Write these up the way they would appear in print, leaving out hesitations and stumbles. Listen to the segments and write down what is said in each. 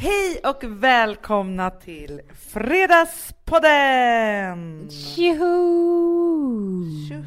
Hej och välkomna till Fredagspodden! Tjoho!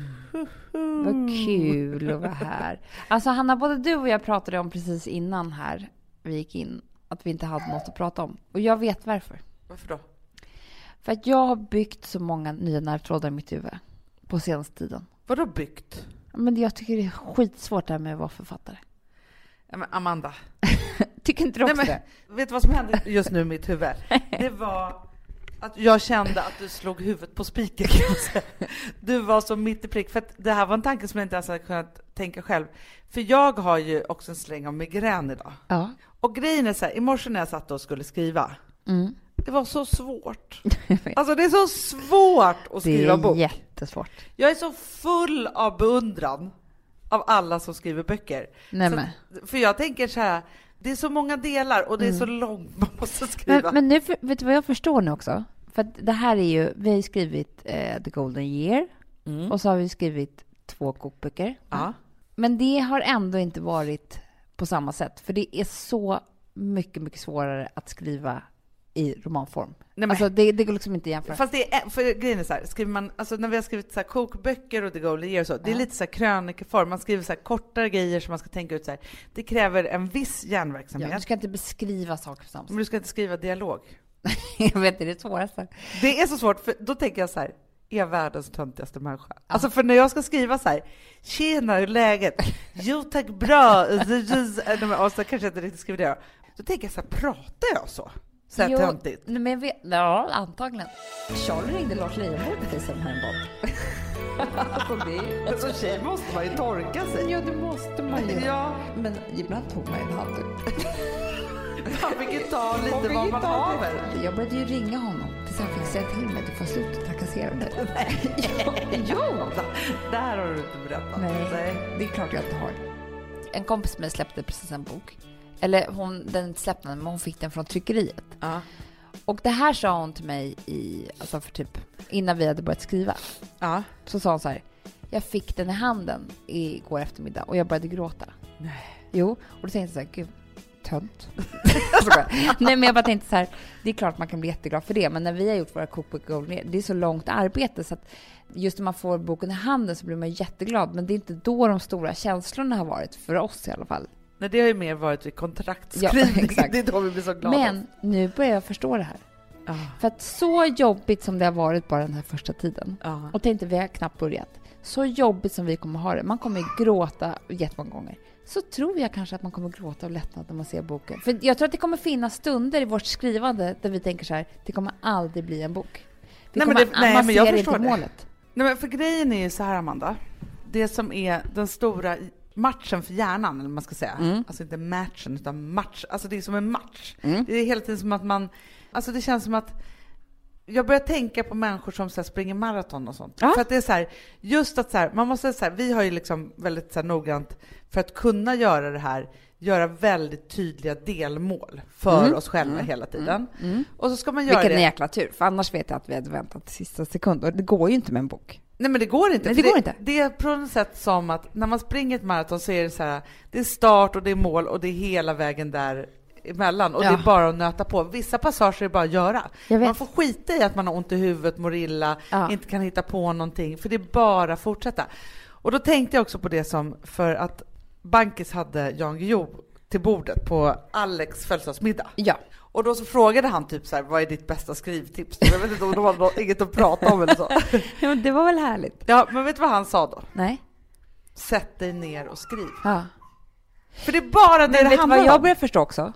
Vad kul att vara här. Alltså Hanna, både du och jag pratade om precis innan här vi gick in att vi inte hade något att prata om. Och jag vet varför. Varför då? För att jag har byggt så många nya nervtrådar i mitt huvud på senaste tiden. Vadå byggt? Men jag tycker det är skitsvårt där med att vara författare. Ja, men Amanda. Tycker inte du också det? Vet du vad som hände just nu i mitt huvud? Det var att jag kände att du slog huvudet på spiken, kan jag säga. Du var så mitt i prick. För att det här var en tanke som jag inte ens hade kunnat tänka själv. För jag har ju också en släng av migrän idag. Ja. Och grejen är så här, i morse när jag satt och skulle skriva. Det var så svårt. Alltså det är så svårt att skriva bok. Det är jättesvårt. Jag är så full av beundran av alla som skriver böcker. Nej, För jag tänker så här, det är så många delar och det är så långt man måste skriva. Men nu, vet du vad jag förstår nu också? För att det här är ju, vi har skrivit The Golden Year och så har vi skrivit 2 kokböcker. Ja. Men det har ändå inte varit på samma sätt. För det är så mycket, mycket svårare att skriva i romanform. Nej, men, alltså det går liksom inte jämföra. Fast det är, för grejen är så här, skriver man, alltså när vi har skrivit så här kokböcker och The Golden Year och så, det är lite så här krönikeform. Man skriver så här kortare grejer som man ska tänka ut så här. Det kräver en viss hjärnverksamhet. Ja, du ska inte beskriva saker på samma sätt. Men du ska inte skriva dialog. Jag vet, det är det svåraste. Det är så svårt, för då tänker jag så här, är världens töntigaste människa. Ja. Alltså för när jag ska skriva så här, tjena, hur är läget? Jo tack, bra. Och så kanske jag inte riktigt skriver det. Då tänker jag så här, pratar jag så? Så här töntigt. Men jag vet, ja, antagligen. Charlie ringde Lars Leijonborg till sen häromdagen. Alltså det som tjej måste man ju torka sig. Ja, det måste man ju. Ja. Men ibland tog man en handduk. Man fick ju ta lite vad man haver. Jag började ju ringa honom tills han fick säga till mig. Du får sluta trakassera mig. Jo! Det här har du inte berättat. Nej, det är klart jag inte har. En kompis med släppte precis en bok. Eller den släppte den, men hon fick den från tryckeriet. Ja. Och det här sa hon till mig alltså för typ innan vi hade börjat skriva. Ja. Så sa hon så här: jag fick den i handen igår eftermiddag och jag började gråta. Nej. Jo, och då tänkte jag så här, gud, tönt. Nej, men jag bara tänkte så här, det är klart man kan bli jätteglad för det, men när vi har gjort våra kokböcker, det är så långt arbete så att just när man får boken i handen så blir man jätteglad, men det är inte då de stora känslorna har varit för oss i alla fall. Nej, det har ju mer varit vid kontraktskrivning. Ja, exakt. Det är då vi blir så glada. Men nu börjar jag förstå det här. För att så jobbigt som det har varit bara den här första tiden. Och tänkte, vi har knappt börjat. Så jobbigt som vi kommer ha det. Man kommer gråta jättemånga gånger. Så tror jag kanske att man kommer gråta av lättnad när man ser boken. För jag tror att det kommer finnas stunder i vårt skrivande där vi tänker så här, det kommer aldrig bli en bok. Man men jag ser inte målet. Nej, men för grejen är ju så här, Amanda. Det som är den stora matchen för hjärnan, eller man ska säga. Alltså inte matchen, utan match. Alltså det är som en match. Det är hela tiden som att man... Alltså det känns som att... Jag börjar tänka på människor som så här springer maraton och sånt. För att det är så här, just att så här, man måste så här, vi har ju liksom väldigt så här noggrant för att kunna göra det här, göra väldigt tydliga delmål för oss själva hela tiden. Och så ska man göra vilken jäkla tur, för annars vet jag att vi hade väntat till sista sekund. Och det går ju inte med en bok. Nej, men det går inte. Nej, det går inte. Det är på något sätt som att när man springer ett maraton så är det så här, det är start och det är mål och det är hela vägen där emellan. Och det är bara att nöta på. Vissa passager är bara att göra. Man får skita i att man har ont i huvudet, mår illa, inte kan hitta på någonting. För det är bara att fortsätta. Och då tänkte jag också på det som, för att Bankis hade Jan Guillou till bordet på Alex födelsedagsmiddag. Ja. Och då så frågade han typ så här, vad är ditt bästa skrivtips? Jag vet inte om det var inget att prata om eller så. Ja, men det var väl härligt. Ja, men vet du vad han sa då? Nej. Sätt dig ner och skriv. Ja. För det är bara det handlar om. Vad jag börjar förstå också,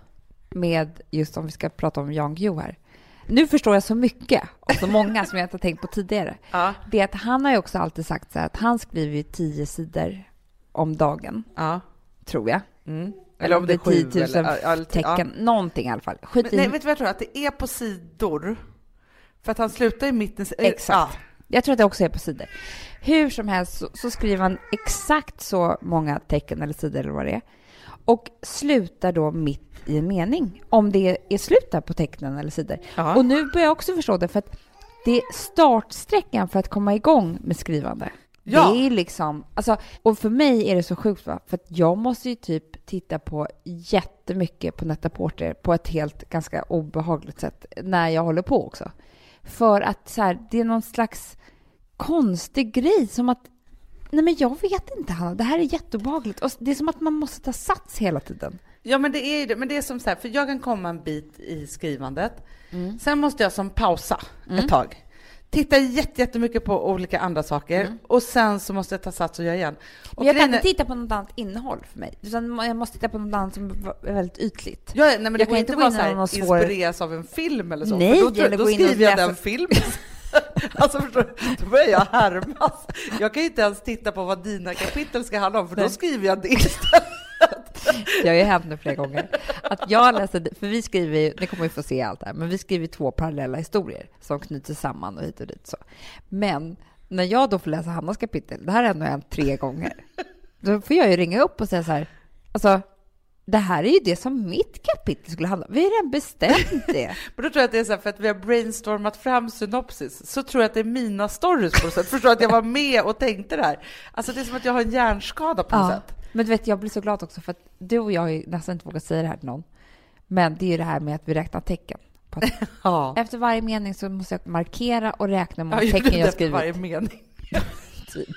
med just om vi ska prata om Jan Guillou här. Nu förstår jag så mycket, och så många som jag inte har tänkt på tidigare. Det är att han har ju också alltid sagt så här, att han skriver 10 sidor om dagen. Tror jag. Eller om det är 10 000 tecken, någonting i alla fall. Men, nej, vet du vad jag tror? Att det är på sidor. För att han slutar i mitten. Exakt. Jag tror att det också är på sidor. Hur som helst så skriver han exakt så många tecken eller sidor eller vad det är. Och slutar då mitt i en mening. Om det är slut där på tecknen eller sidor. Och nu börjar jag också förstå det, för att det är startsträckan för att komma igång med skrivande. Det är liksom, alltså, och för mig är det så sjukt, va? För att jag måste ju typ tittar på jättemycket på Net-a-Porter på ett helt ganska obehagligt sätt när jag håller på också. För att så här, det är någon slags konstig grej som att nej men jag vet inte, Hanna, det här är jätteobehagligt. Och det är som att man måste ta sats hela tiden. Ja, men det är det. Men det är som så här, för jag kan komma en bit i skrivandet. Sen måste jag som pausa ett tag. Titta jättemycket på olika andra saker. Och sen så måste jag ta sats och göra igen. Och jag kan inte titta på något annat innehåll för mig. Utan jag måste titta på något annat som är väldigt ytligt. Ja, nej, men det kan inte vara så här, inspireras av en film eller så. Nej, för då skriver jag den filmen. Alltså då börjar jag härmas. Jag kan ju inte ens titta på vad dina kapitel ska handla om, för då skriver jag det istället. Det har ju hänt nu flera gånger att jag läser, för vi skriver ju, ni kommer ju få se allt här, men vi skriver 2 parallella historier som knyter samman och hit och dit så. Men när jag då får läsa Hannas kapitel, det här har ändå hänt 3 gånger, då får jag ju ringa upp och säga så här, alltså det här är ju det som mitt kapitel skulle handla om. Vi har redan bestämt det. Men då tror jag att det är så här, för att vi har brainstormat fram synopsis, så tror jag att det är mina stories på något sätt. Förstår att jag var med och tänkte det här. Alltså det är som att jag har en hjärnskada på något sätt. Men du vet, jag blir så glad också för att du och jag har ju nästan inte vågat säga det här till någon. Men det är ju det här med att vi räknar tecken. På att efter varje mening så måste jag markera och räkna hur många tecken jag skrivit. Varje mening. Typ.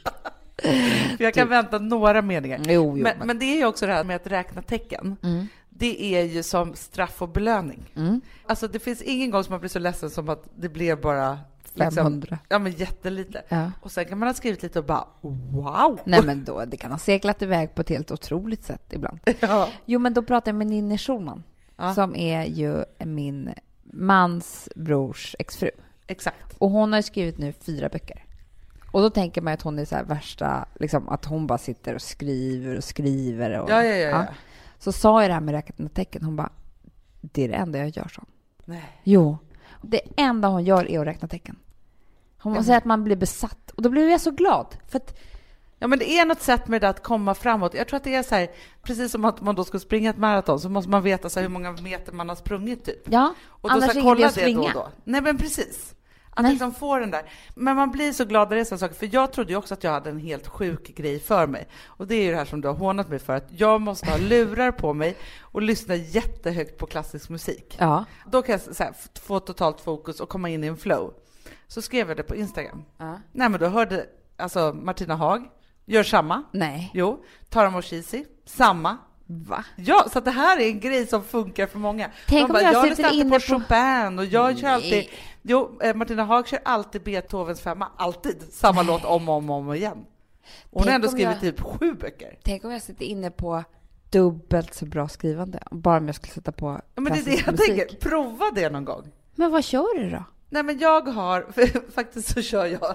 För jag kan vänta några meningar. Jo, men det är ju också det här med att räkna tecken. Det är ju som straff och belöning. Alltså det finns ingen gång som man blir så ledsen som att det blev bara 500. Ja, men jättelite. Ja. Och sen kan man ha skrivit lite och bara wow. Nej, men då, det kan ha seglat iväg på ett helt otroligt sätt ibland. Ja. Jo, men då pratar jag med Ninni Schulman, som är ju min mans brors exfru. Exakt. Och hon har skrivit nu 4 böcker. Och då tänker man att hon är så här värsta, liksom, att hon bara sitter och skriver. Och, ja. Så sa jag det här med räkna tecken. Hon bara, det är det enda jag gör så. Nej. Jo, det enda hon gör är att räkna tecken. Hon säger att man blir besatt. Och då blir jag så glad. För att, ja, men det är något sätt med det att komma framåt. Jag tror att det är så här, precis som att man då ska springa ett maraton, så måste man veta så här, hur många meter man har sprungit typ. Ja, och då annars ska kolla det springa. då och då. Nej, men precis. Att liksom få den där. Men man blir så glad när det är sådana saker. För jag trodde ju också att jag hade en helt sjuk grej för mig. Och det är ju det här som du har hånat mig för. Att jag måste ha lurar på mig och lyssna jättehögt på klassisk musik. Ja. Då kan jag så här, få totalt fokus och komma in i en flow. Så skrev jag det på Instagram. Nej, men då hörde alltså Martina Haag gör samma. Nej. Jo. Tara Moshisi, samma. Va? Ja, så att det här är en grej som funkar för många. Tänk om jag lyssnar alltid på Chopin och jag kör alltid... Nej. Jo, Martina Haag kör alltid Beethovens 5, alltid samma låt om igen. Hon har ändå skrivit typ 7 böcker. Tänk om jag sitter inne på dubbelt så bra skrivande. Bara om jag skulle sätta på ja, men det är det jag musik. tänker. Prova det någon gång. Men vad kör du då? Nej, men jag har... Faktiskt så kör jag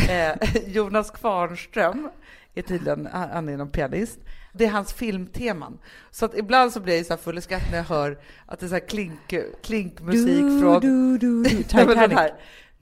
Jonas Kvarnström. Är tydligen, han är någon pianist. Det är hans filmteman. Så att ibland så blir jag så här full i skratt när jag hör att det är så här klinkmusik från... Titanic. Här.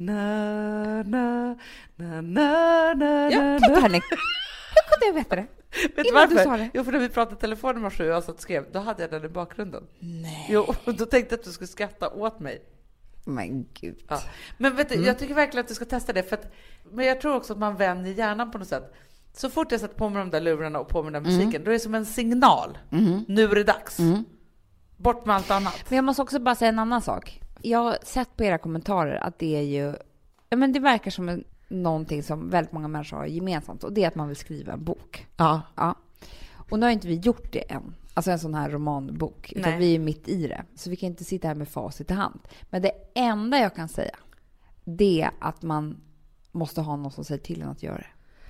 Na, na, na, na, na, ja, Titanic. Hur kunde jag veta det? Vet du varför? Jo, för när vi pratade telefon i morse och jag satt och skrev, då hade jag den i bakgrunden. Nej. Jo, då tänkte jag att du skulle skratta åt mig. Men gud. Ja. Men vet du, jag tycker verkligen att du ska testa det. Men jag tror också att man vänjer hjärnan på något sätt. Så fort jag sätter på mig de där lurarna och på mig den där musiken, då är det som en signal. Nu är det dags. Bort med allt annat. Men jag måste också bara säga en annan sak. Jag har sett på era kommentarer att det är ju... Ja, men det verkar som någonting som väldigt många människor har gemensamt. Och det är att man vill skriva en bok. Ja. Och nu har inte vi gjort det än. Alltså en sån här romanbok. Utan vi är mitt i det. Så vi kan inte sitta här med facit i hand. Men det enda jag kan säga, det är att man måste ha någon som säger till en att göra det.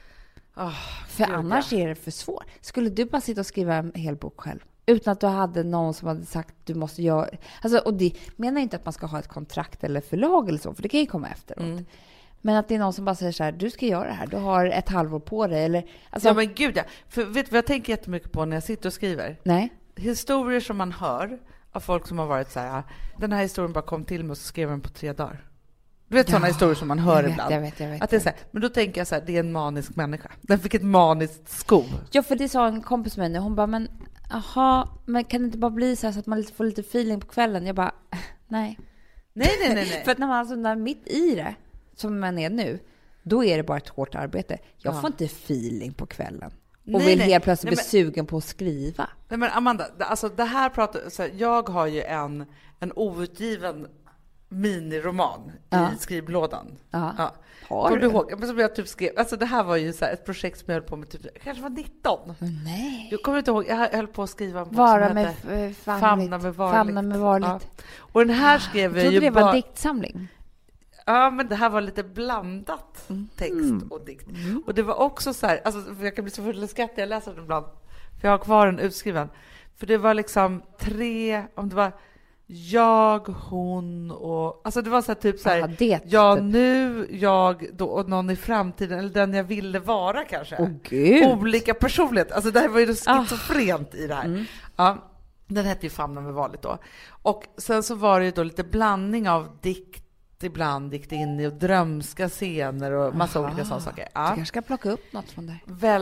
För annars är det för svårt. Skulle du bara sitta och skriva en hel bok själv utan att du hade någon som hade sagt du måste göra... Alltså, och det menar inte att man ska ha ett kontrakt eller förlag eller så, för det kan ju komma efteråt. Men att det är någon som bara säger så här, du ska göra det här, du har ett halvår på dig. Eller, alltså... Ja, men gud, ja. För vet du vad jag tänker jättemycket på när jag sitter och skriver? Nej. Historier som man hör av folk som har varit så här, den här historien bara kom till mig och så skrev den på 3 dagar. Du vet sådana historier som man hör ibland. Jag vet. Att det är så här, men då tänker jag så här, det är en manisk människa. Den fick ett maniskt skov. Ja, för det sa en kompis med mig. Hon bara, men kan det inte bara bli så här så att man får lite feeling på kvällen? Jag bara, nej. Nej. För att när man alltså är mitt i det, som man är nu, då är det bara ett hårt arbete. Jag får inte feeling på kvällen. Och vill helt plötsligt bli sugen på att skriva. Nej men Amanda, alltså det här jag har ju en outgiven miniroman i skrivlådan. Ja. Kommer du ihåg? Som jag typ skrev, alltså det här var ju så här ett projekt som jag höll på med typ, kanske var 19. Nej. Jag kommer inte ihåg, jag höll på att skriva en Famna med varligt. Ja. Och den här skrev jag ju det var diktsamling. Ja, men det här var lite blandat text och dikt. Och det var också så här, alltså jag kan bli så full i skratt när jag läser den ibland. För jag har kvar den utskriven. För det var liksom 3, om det var jag, hon och... Alltså det var så här, typ så här... jag nu, jag då och någon i framtiden. Eller den jag ville vara kanske. Gud. Olika personlighet. Alltså det här var ju schizofrent i det här. Ja, den hette ju Famna med varligt då. Och sen så var det ju då lite blandning av dikt. Ibland gick det in i och drömska scener och massa olika sådana saker. Ja. Du kanske ska plocka upp något från där.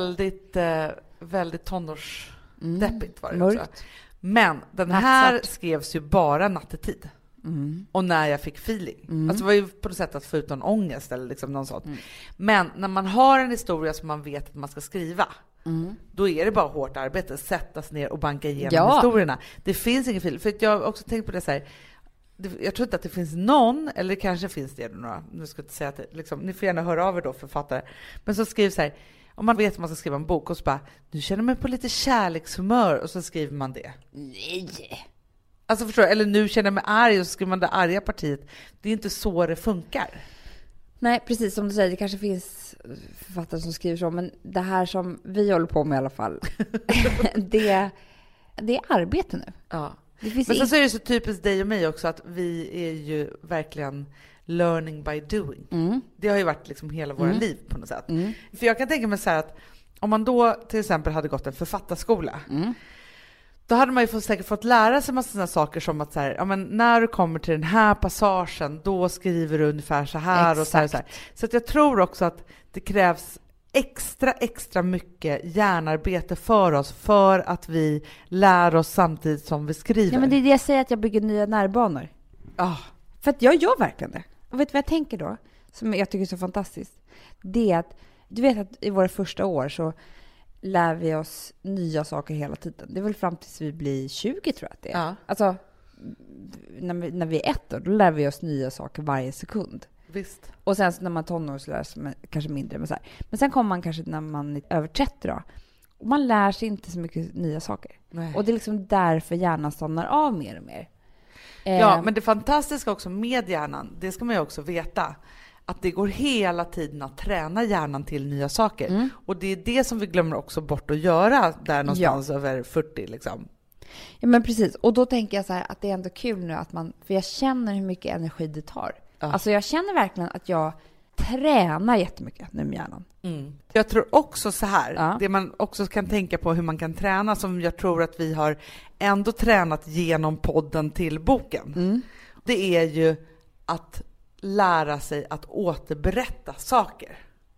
Väldigt tonårsdeppigt var det Mörkt. också. Men den här skrevs ju bara nattetid. Och när jag fick feeling. Alltså det var ju på något sätt att få ut någon ångest eller liksom någon sånt. Men när man har en historia som man vet att man ska skriva, då är det bara hårt arbete. Sättas ner och banka igenom historierna. Det finns ingen feeling. För jag har också tänkt på det så här. Jag tror inte att det finns någon, eller kanske finns det några, nu ska jag inte säga att det, liksom, ni får gärna höra av er då författare, men så skriver så här, om man vet att man ska skriva en bok och så bara, nu känner man på lite kärlekshumör och så skriver man det. Nej. Alltså förstår du, eller nu känner jag mig arg och så skriver man det arga partiet. Det är inte så det funkar. Nej, precis som du säger, det kanske finns författare som skriver så, men det här som vi håller på med i alla fall, det är arbete nu. Ja. Men sen så är det så typiskt dig och mig också att vi är ju verkligen learning by doing. Det har ju varit liksom hela våra liv på något sätt. För jag kan tänka mig så här att om man då till exempel hade gått en författarskola, då hade man ju säkert fått lära sig massa sådana saker som att så här, ja, men när du kommer till den här passagen, då skriver du ungefär så här. Exakt. Och så här, så här. Så att jag tror också att det krävs extra mycket hjärnarbete för oss för att vi lär oss samtidigt som vi skriver. Ja, men det är det jag säger, att jag bygger nya närbanor. För att jag gör verkligen det. Och vet du vad jag tänker då? Som jag tycker är så fantastiskt. Det är att, du vet att i våra första år så lär vi oss nya saker hela tiden. Det är väl fram tills vi blir 20 tror jag att det är. Ja. Alltså, när vi är 1 år, då lär vi oss nya saker varje sekund. Visst. Och sen så när man är tonår så lär sig kanske mindre. Men sen kommer man kanske när man är över 30 då. Och man lär sig inte så mycket nya saker. Nej. Och det är liksom därför hjärnan stannar av mer och mer. Ja, men det fantastiska också med hjärnan, det ska man ju också veta, att det går hela tiden att träna hjärnan till nya saker. Och det är det som vi glömmer också bort att göra där någonstans över 40 liksom. Ja, men precis. Och då tänker jag så här att det är ändå kul nu att för jag känner hur mycket energi det tar. Alltså jag känner verkligen att jag tränar jättemycket nu med hjärnan. Jag tror också så här, det man också kan tänka på hur man kan träna, som jag tror att vi har ändå tränat genom podden till boken. Det är ju att lära sig att återberätta saker.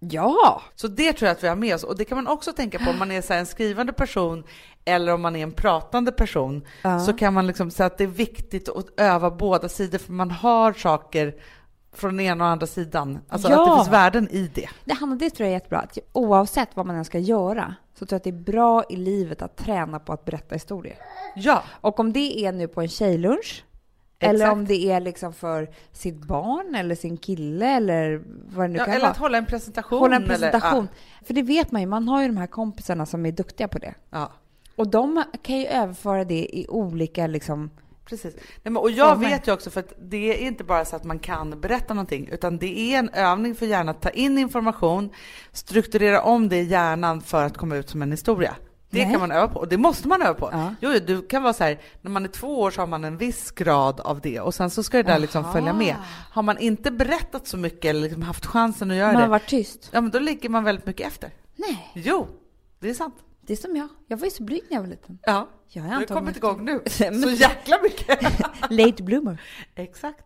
Ja! Så det tror jag att vi har med oss. Och det kan man också tänka på om man är så här en skrivande person eller om man är en pratande person. Så kan man liksom säga att det är viktigt att öva båda sidor, för man har saker från den ena och andra sidan. Alltså att det finns värden i det. Det tror jag är jättebra. Att oavsett vad man än ska göra så tror jag att det är bra i livet att träna på att berätta historier. Ja. Och om det är nu på en tjejlunch, eller om det är liksom för sitt barn eller sin kille eller vad det nu kan vara. Eller att hålla en presentation. Eller, För det vet man ju, man har ju de här kompisarna som är duktiga på det. Ja. Och de kan ju överföra det i olika liksom... Precis. Nej, men, och jag vet ju också, för att det är inte bara så att man kan berätta någonting, utan det är en övning för hjärnan att ta in information, strukturera om det i hjärnan för att komma ut som en historia. Det kan man öva på, och det måste man öva på. Ja. Jo, du kan vara så här, när man är 2 år så har man en viss grad av det, och sen så ska det där liksom följa med. Har man inte berättat så mycket eller liksom haft chansen att göra det. Man har varit tyst. Ja, men då ligger man väldigt mycket efter. Nej. Jo, det är sant. Det är som jag. Jag var ju så blyg när jag var liten. Ja, jag har kommit igång nu. Så jäkla mycket. Late bloomer. Exakt.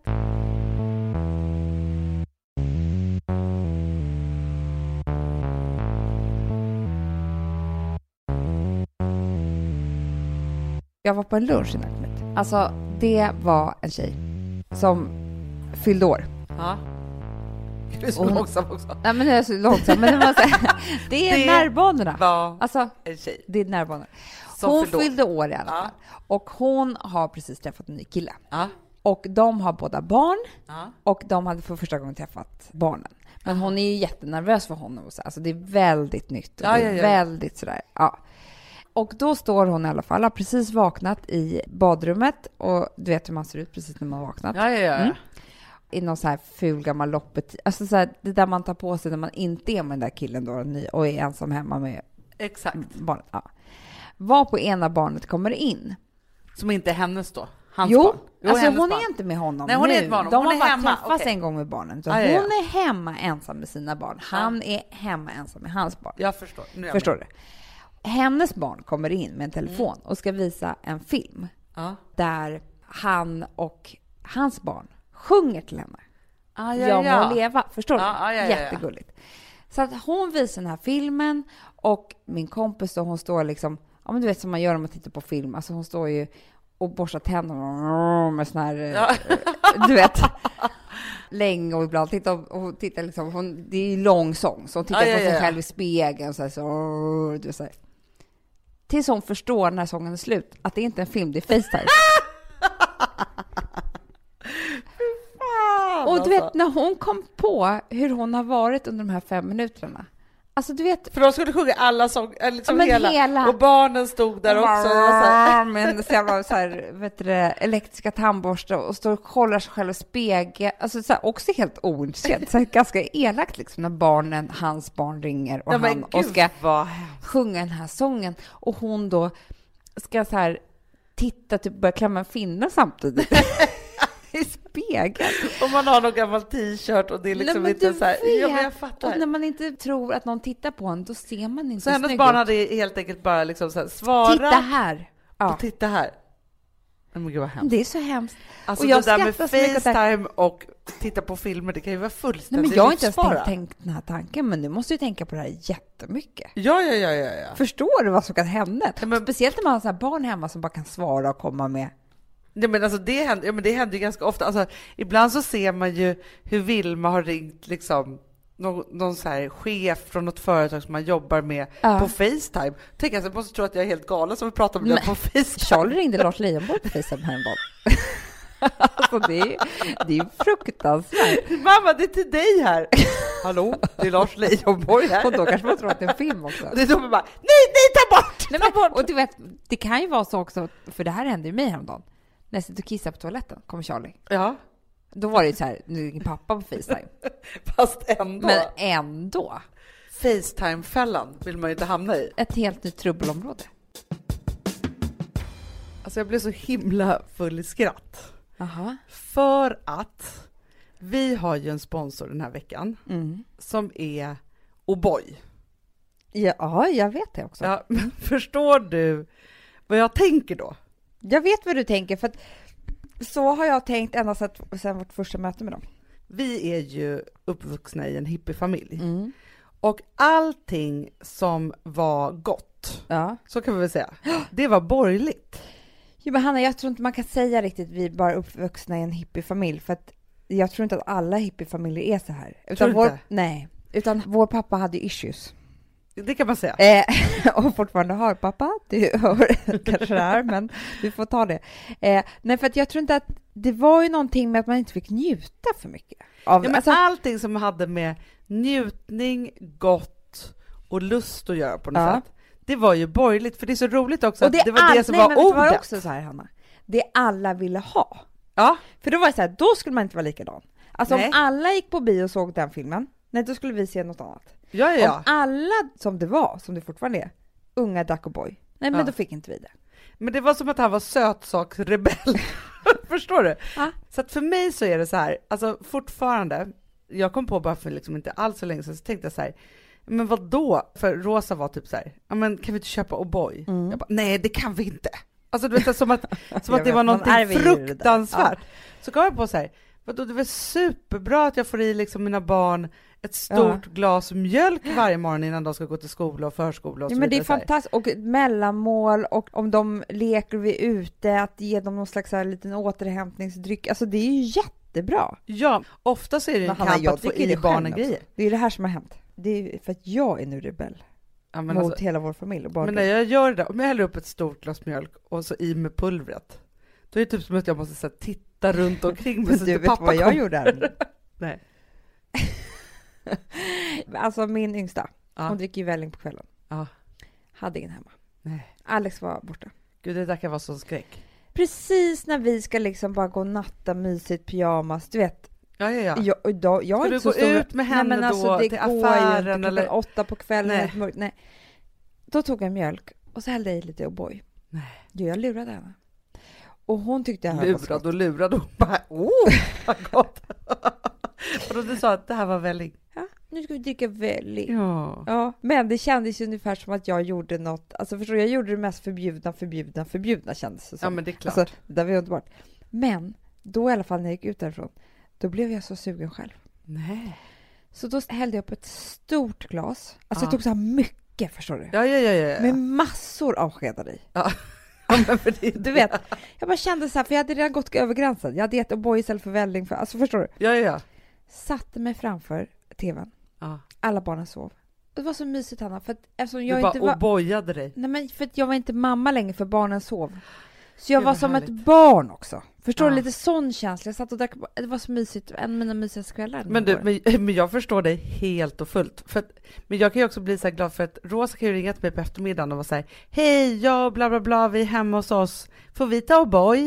Jag var på en lunch i Nackamit. Alltså, det var en tjej som fyllde år. Ja. Du är så långsam också. Nej, men det är så långsam. Men det är närbanorna. Alltså, en tjej. Det är närbanorna. Hon fyllde år i alla fall. Och hon har precis träffat en ny kille. Och de har båda barn. Och de hade för första gången träffat barnen. Men hon är ju jättenervös för honom. Alltså det är väldigt nytt. Och det är väldigt sådär. Ja. Och då står hon i alla fall, har precis vaknat i badrummet. Och du vet hur man ser ut precis när man har vaknat. I någon så här ful gammal loppet. Alltså så här, det där man tar på sig när man inte är med den där killen då, och är ensam hemma med barnet. Ja. Var på ena barnet kommer in. Som inte är hennes då? Hans barn? Alltså hon är inte med honom. Nej, hon är inte med honom. De har bara träffats en gång med barnen. Så hon är hemma ensam med sina barn. Han är hemma ensam med hans barn. Jag förstår. Förstår du? Hennes barn kommer in med en telefon och ska visa en film. Där han och hans barn sjunger till henne. Jag må leva. Förstår du? Jättegulligt. Så att hon visar den här filmen och min kompis då, hon står liksom, ja men du vet som man gör när man tittar på film. Alltså hon står ju och borstar tänderna med sån här, du vet, länge och ibland tittar liksom, det är ju lång sång, så hon tittar på sig själv i spegeln och så du vet så här. Tills hon förstår när sången är slut att det inte är en film, det är FaceTime. Och du vet, när hon kom på hur hon har varit under de här 5 minuterna. Alltså du vet... För de skulle sjunga alla sånger, liksom hela. Och barnen stod där också. Men så här, vet du, elektriska tandborste och står och kollar sig själv i spegeln. Alltså så här, också helt ointresserad. Så här, ganska elakt liksom när hans barn ringer och han och ska sjunga den här sången. Och hon då ska så här titta, typ börja klämma en finne samtidigt. I spegeln. Och man har någon gammal t-shirt och det är liksom inte så här. Jag fattar. Och när man inte tror att någon tittar på en, då ser man inte. Så hennes barn hade helt enkelt bara liksom så här, svara. Titta här. Och titta här. Men gud vad hemskt. Det är så hemskt. Alltså och jag det där med FaceTime och titta på filmer, det kan ju vara fullständigt. Nej, men jag har inte ens tänkt den här tanken, men du måste ju tänka på det här jättemycket. Ja. Förstår du vad som kan hända? Men speciellt när man har så här barn hemma som bara kan svara och komma med. Nej, men alltså det händer ju ganska ofta. Alltså, ibland så ser man ju hur Vilma har ringt liksom någon så här chef från något företag som man jobbar med på FaceTime. Tänk, jag måste tro att jag är helt galen som vi pratar om det på FaceTime. Charlie ringde Lars Leijonborg på FaceTime häromdagen. Alltså det är fruktansvärt. Mamma, det är till dig här. Hallå, det är Lars Leijonborg här. Och då kanske man tror att det är en film också. Och det är då man bara, nej, ta bort! Nej, ta bort! Och du vet, det kan ju vara så också, för det här hände ju mig häromdagen. När jag sitter och kissar på toaletten kommer Charlie. Ja. Då var det ju så här, nu är din pappa på FaceTime. Fast ändå. Men ändå. FaceTime-fällan vill man ju inte hamna i. Ett helt nytt trubbelområde. Alltså jag blev så himla full i skratt. Aha. För att vi har ju en sponsor den här veckan som är O'boy. Ja, jag vet det också. Ja, men förstår du vad jag tänker då? Jag vet vad du tänker, för att så har jag tänkt ända sedan vårt första möte med dem. Vi är ju uppvuxna i en hippiefamilj. Och allting som var gott, så kan vi väl säga, det var borgerligt. Jo, men Hanna, jag tror inte man kan säga riktigt vi är bara uppvuxna i en hippiefamilj, för att jag tror inte att alla hippiefamiljer är så här. Utan vår pappa hade issues. Det kan man säga. Och fortfarande har pappa, du hör kanske det här, men du får ta det. Nej, för att jag tror inte att det var ju någonting med att man inte fick njuta för mycket. Allting som hade med njutning, gott och lust att göra på något sätt. Det var ju borgerligt, för det är så roligt också att det var det som var ordet. Det var också så här, Hanna. Det alla ville ha. Ja. För då var det så här, då skulle man inte vara likadan. Alltså om alla gick på bio och såg den filmen, då skulle vi se något annat. Ja. Om alla som det fortfarande är, unga Duck och Boy. Nej, men då fick inte vi det. Men det var som att han var sötsaksrebell. Förstår du? Ja. Så att för mig så är det så här, alltså fortfarande, jag kom på bara för liksom inte alls så länge sedan, så tänkte jag så här, men vad då? För Rosa var typ så här, ja men kan vi inte köpa O'boy? Jag bara, nej det kan vi inte. Alltså du vet, som att det var någonting fruktansvärt. Ja. Så kom jag på så här, vadå, det är väl superbra att jag får i liksom mina barn ett stort glas mjölk varje morgon innan de ska gå till skola och förskola och så men det är vidare. fantastiskt. Och mellanmål, och om de leker vi ute, att ge dem någon slags här liten återhämtningsdryck. Alltså det är ju jättebra. Ja, ofta så är det en kamp att få i barnen grejer. Det är det här som har hänt. Det är för att jag är nu rebell. Ja, mot hela vår familj och barn. Men när jag gör det, om jag häller upp ett stort glas mjölk och så i med pulvret, då är det typ som att jag måste så här, titta runt omkring mig. Du vet pappa vad jag gjorde här? Nej. Alltså min yngsta, hon dricker ju välling på kvällen. Hade ingen hemma. Nej. Alex var borta. Gud, det där kan vara så skräck. Precis när vi ska liksom bara gå och natta, mysigt, pyjamas, du vet. Ja. Jag ska du gå ut med henne då alltså, till affären? Det eller 8 på kvällen. Nej. Då tog jag mjölk och så hällde jag i lite O'boy. Nej. Jo, jag lurade henne. Och hon tyckte jag lurade och bara, vad gott. Och då du sa att det här var välling. Ja, nu ska vi dricka välling. Ja. Men det kändes ju ungefär som att jag gjorde något. Alltså förstår jag gjorde det mest förbjudna kändes det som. Ja, men det är klart. Alltså, det var ju underbart. Men då i alla fall när jag gick ut därifrån, då blev jag så sugen själv. Nej. Så då hällde jag upp ett stort glas. Alltså jag tog så här mycket, förstår du? Ja. Med massor av skedar i. Ja. Du vet, jag bara kände så här, för jag hade redan gått över gränsen. Jag hade gett O'boy istället för välling. Alltså förstår du? Ja. Satte mig framför tvn. Alla barnen sov. Det var så mysigt, Hanna, för att eftersom jag du inte bara O'boyade dig. Nej, men för att jag var inte mamma längre, för barnen sov. Så jag var som ett barn också. Förstår du, lite sån känsla. Jag satt och drack, det var så mysigt, en av mina mysigaste kvällar. Men jag förstår dig helt och fullt. Men jag kan ju också bli så här glad för att Rosa kan ju ringa till mig på eftermiddagen och vara så här: hej, jag bla bla bla, vi är hemma hos oss. Får vi ta O'boy?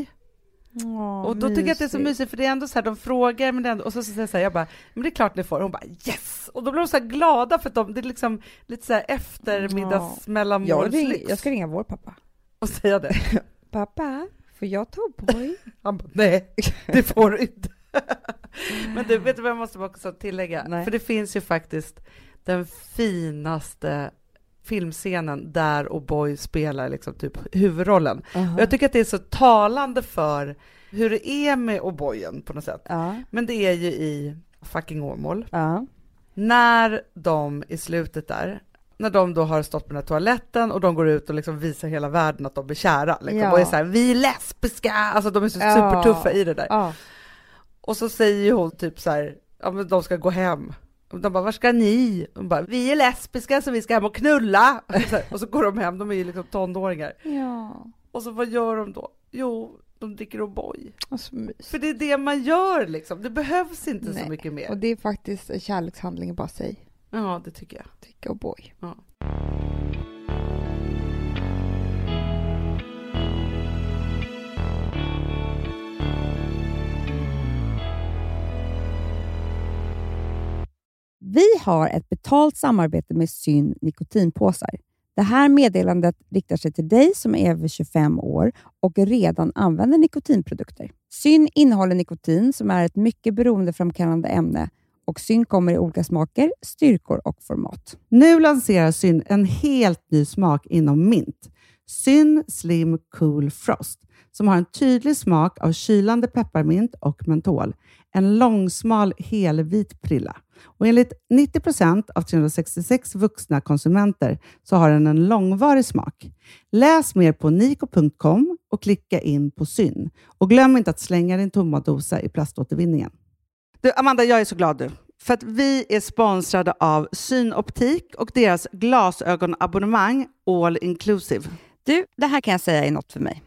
Och då tycker jag att det är så mysigt, för det är ändå så här, de frågar, men det ändå, och så säger jag bara, men det är klart ni får. Och hon bara, yes! Och då blir de så här glada för att det är liksom lite så här eftermiddags mellanmålslyx. Jag ska ringa vår pappa. Och säga det. Pappa, får jag ta O'boy? Han bara, nej, det får du inte. Men du, vet du vad jag måste också tillägga? Nej. För det finns ju faktiskt den finaste filmscenen där O'boy spelar liksom typ huvudrollen. Och jag tycker att det är så talande för hur det är med O'boyen på något sätt. Men det är ju i fucking Åmål. När de i slutet där, när de då har stått på den här toaletten och de går ut och liksom visar hela världen att de är kära. Liksom, och är så här, vi är lesbiska! Alltså de är så supertuffa i det där. Och så säger ju hon typ så här, ja men de ska gå hem. Och de bara, var ska ni? De bara, vi är lesbiska så vi ska hem och knulla. Och så går de hem, de är ju liksom tonåringar. Och så vad gör de då? Jo, de dricker O'boy. För det är det man gör liksom. Det behövs inte så mycket mer. Och det är faktiskt en kärlekshandling, bara säg. Ja, det tycker jag. Dricka O'boy. Ja. Vi har ett betalt samarbete med Syn nikotinpåsar. Det här meddelandet riktar sig till dig som är över 25 år och redan använder nikotinprodukter. Syn innehåller nikotin som är ett mycket beroendeframkallande ämne och Syn kommer i olika smaker, styrkor och format. Nu lanserar Syn en helt ny smak inom mint. Syn Slim Cool Frost som har en tydlig smak av kylande pepparmint och mentol. En långsmal helvit prilla. Och enligt 90% av 366 vuxna konsumenter så har den en långvarig smak. Läs mer på niko.com och klicka in på Syn. Och glöm inte att slänga din tomma dosa i plaståtervinningen. Du, Amanda, jag är så glad du. För att vi är sponsrade av Synoptik och deras glasögonabonnemang All Inclusive. Du, det här kan jag säga är något för mig.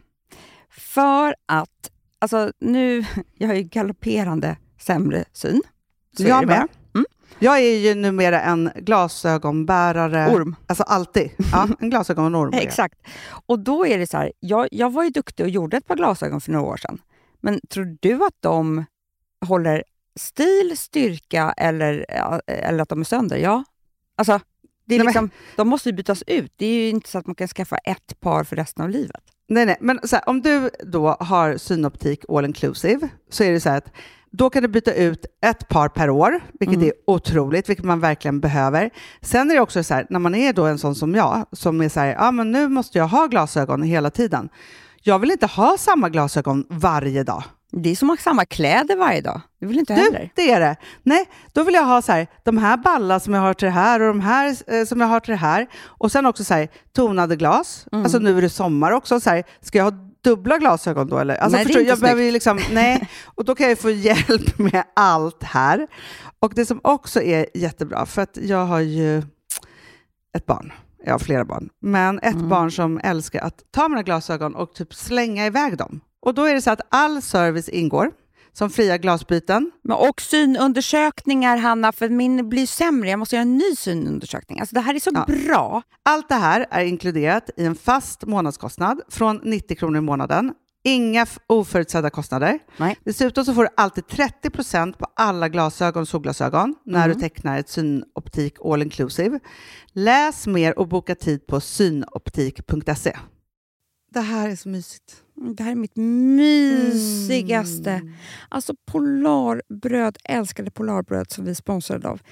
För att, alltså nu, jag har ju galopperande sämre syn. Så jag med. Jag är ju numera en glasögonbärare. Orm. Alltså alltid. Ja, en glasögonorm. Exakt. Och då är det så här, jag var ju duktig och gjorde ett par glasögon för några år sedan. Men tror du att de håller stil, styrka eller att de är sönder? Ja. Alltså, det är liksom, de måste ju bytas ut. Det är ju inte så att man kan skaffa ett par för resten av livet. Nej. Men så här, om du då har Synoptik All Inclusive så är det så här att då kan du byta ut ett par per år, vilket är otroligt, vilket man verkligen behöver. Sen är det också så här, när man är då en sån som jag, som är så här, ja men nu måste jag ha glasögon hela tiden. Jag vill inte ha samma glasögon varje dag. Det är som att ha samma kläder varje dag. Det vill inte heller. Det är det. Nej, då vill jag ha så här, de här ballar som jag har till det här och de här som jag har till det här. Och sen också så här, tonade glas. Alltså nu är det sommar också. Så här, ska jag ha dubbla glasögon då? Eller? Alltså, nej, förstår, det är jag inte behöver ju liksom, nej, och då kan jag få hjälp med allt här. Och det som också är jättebra, för att jag har ju ett barn. Jag har flera barn. Men ett barn som älskar att ta mina glasögon och typ slänga iväg dem. Och då är det så att all service ingår. Som fria glasbyten. Men och synundersökningar, Hanna, för min blir sämre. Jag måste göra en ny synundersökning. Alltså det här är så bra. Allt det här är inkluderat i en fast månadskostnad från 90 kronor i månaden. Inga oförutsedda kostnader. Nej. Dessutom så får du alltid 30% på alla glasögon och solglasögon när du tecknar ett synoptik all inclusive. Läs mer och boka tid på synoptik.se. Det här är så mysigt. Det här är mitt mysigaste. Alltså Polarbröd, älskade Polarbröd som vi sponsrade av.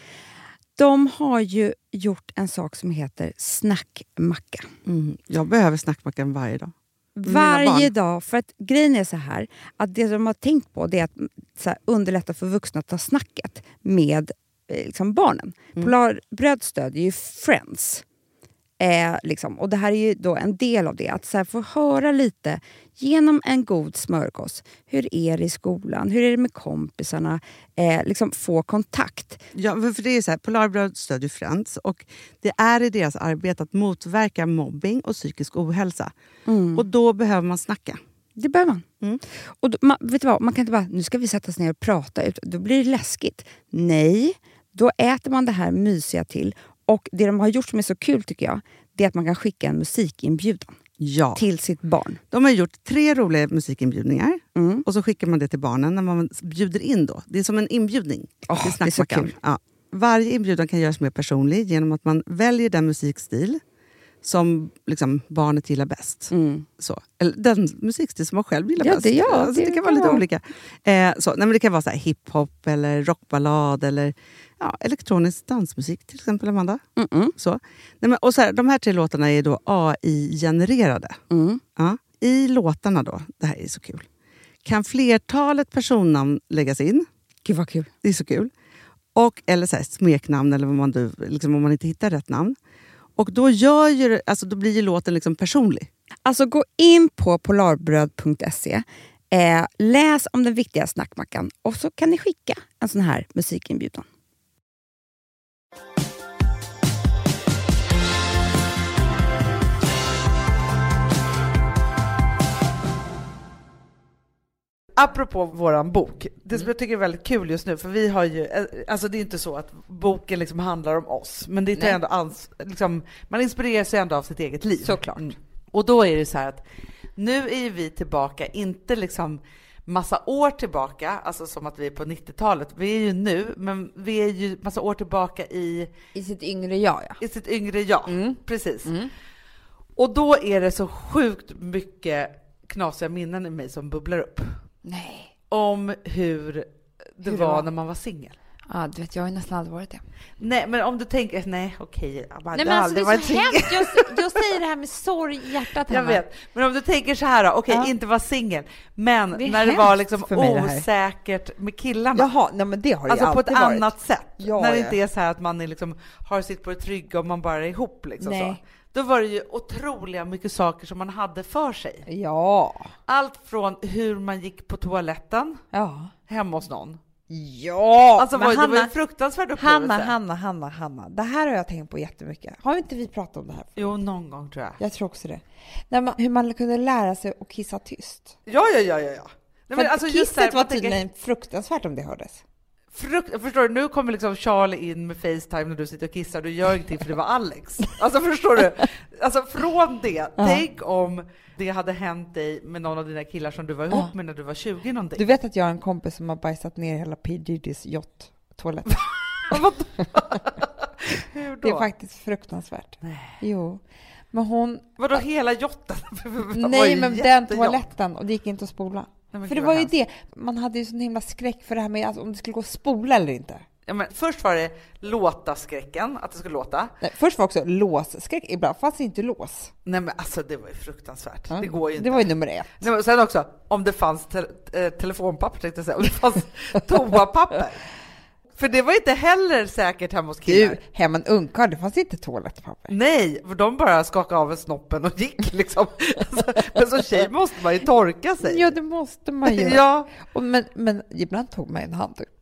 De har ju gjort en sak som heter snackmacka. Jag behöver snackmackan varje dag. Varje dag, för att grejen är så här att det de har tänkt på det är att så här, underlätta för vuxna att ta snacket med liksom barnen. Polarbröd stödjer ju Friends. Liksom. Och det här är ju då en del av det. Att så här, få höra lite genom en god smörgås. Hur är det i skolan? Hur är det med kompisarna? Liksom få kontakt. Ja, för det är så här, Polarbröd stödjer Friends. Och det är i deras arbete att motverka mobbing och psykisk ohälsa. Och då behöver man snacka. Det behöver man. Och då, vet du vad? Man kan inte bara, nu ska vi sätta oss ner och prata ut. Då blir det läskigt. Nej, då äter man det här mysiga till. Och det de har gjort som är så kul tycker jag, det är att man kan skicka en musikinbjudan till sitt barn. De har gjort 3 roliga musikinbjudningar och så skickar man det till barnen när man bjuder in då. Det är som en inbjudning till snackmackan. Det är så kul. Ja. Varje inbjudan kan göras mer personlig genom att man väljer den musikstil som liksom barnet gillar bäst. Så. Eller den musikstil som man själv gillar bäst. Det kan vara lite olika. Nej, men det kan vara så här hiphop eller rockballad eller elektronisk dansmusik till exempel, Amanda. Så. Nej, men, och så här, de här 3 låtarna är då AI-genererade. Ja. I låtarna då, det här är så kul, kan flertalet personnamn läggas in. Gud vad kul. Det är så kul. Och, eller så här, smeknamn eller vad man, liksom, om man inte hittar rätt namn. Och då, då blir ju låten liksom personlig. Alltså gå in på polarbröd.se. Läs om den viktiga snackmackan. Och så kan ni skicka en sån här musikinbjudan. Apropå våran bok, det som jag tycker är väldigt kul just nu, för vi har ju, alltså det är inte så att boken liksom handlar om oss, men det är ändå liksom, man inspireras ju ändå av sitt eget liv. Såklart. Och då är det så här att nu är vi tillbaka, inte liksom massa år tillbaka, alltså som att vi är på 90-talet. Vi är ju nu, men vi är ju massa år tillbaka i sitt yngre jag, ja. I sitt yngre jag, precis. Och då är det så sjukt mycket knasiga minnen i mig som bubblar upp. Nej. Om hur det var när man var singel. Ja, du vet, jag har ju nästan aldrig varit det. Nej, men om du tänker, nej, men alltså det är så hemskt. Jag säger det här med sorg i hjärtat. Jag vet, men om du tänker så här då, inte vara singel, men när det var liksom osäkert med killarna. Jaha, nej men det har ju alltså alltid på ett varit. annat sätt. Ja, när det inte är så här att man är liksom, har sitt på det trygga och man bara är ihop liksom. Så. Då var det ju otroliga mycket saker som man hade för sig. Ja. Allt från hur man gick på toaletten hemma hos någon. Ja, alltså det var en fruktansvärd upplevelse. Hanna. Det här har jag tänkt på jättemycket. Har inte vi pratat om det här? Jo, någon gång tror jag. Jag tror också det. Hur man kunde lära sig att kissa tyst. Ja. Nej, men alltså kisset var tydligen fruktansvärt om det hördes. Förstår du, nu kommer liksom Charlie in med FaceTime när du sitter och kissar. Du gör ingenting för det var Alex. Alltså förstår du? Alltså från det, tänk om det hade hänt dig med någon av dina killar som du var ihop med när du var 20 någonting. Du vet att jag har en kompis som har bajsat ner hela P. Diddy's yacht-toalett. Hur då? Det är faktiskt fruktansvärt. Nej. Jo. Men hon... Vadå hela yachten? Nej, men den toaletten. Och det gick inte att spola. Nej, för det var ju det. Man hade ju sån himla skräck för det här med alltså, om det skulle gå att spola eller inte. Ja, men först var det låta-skräcken, att det skulle låta. Nej, först var också låsskräck. Ibland fanns det inte lås. Nej, men alltså det var ju fruktansvärt. Det går ju inte. Det var ju nummer 1. Nej, men sen också, om det fanns telefonpapper, tänkte jag säga. Om det fanns toapapper. För det var inte heller säkert hemma hos killar. Du, hemma en ungkarl, det fanns inte toalettpapper. Nej, för de bara skakade av snoppen och gick liksom. Men som tjej måste man ju torka sig. Ja, det måste man ju. Ja. Men ibland tog man en handduk.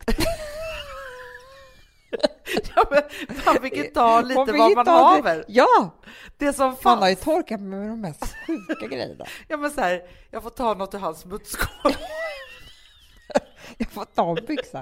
Ja, men man fick ju ta lite vad man haver. Ja, det som fanns. Man har ju torkat med de mest sjuka grejerna. Ja, men så här, jag får ta något ur hans smutskål. Jag får ta en byxa.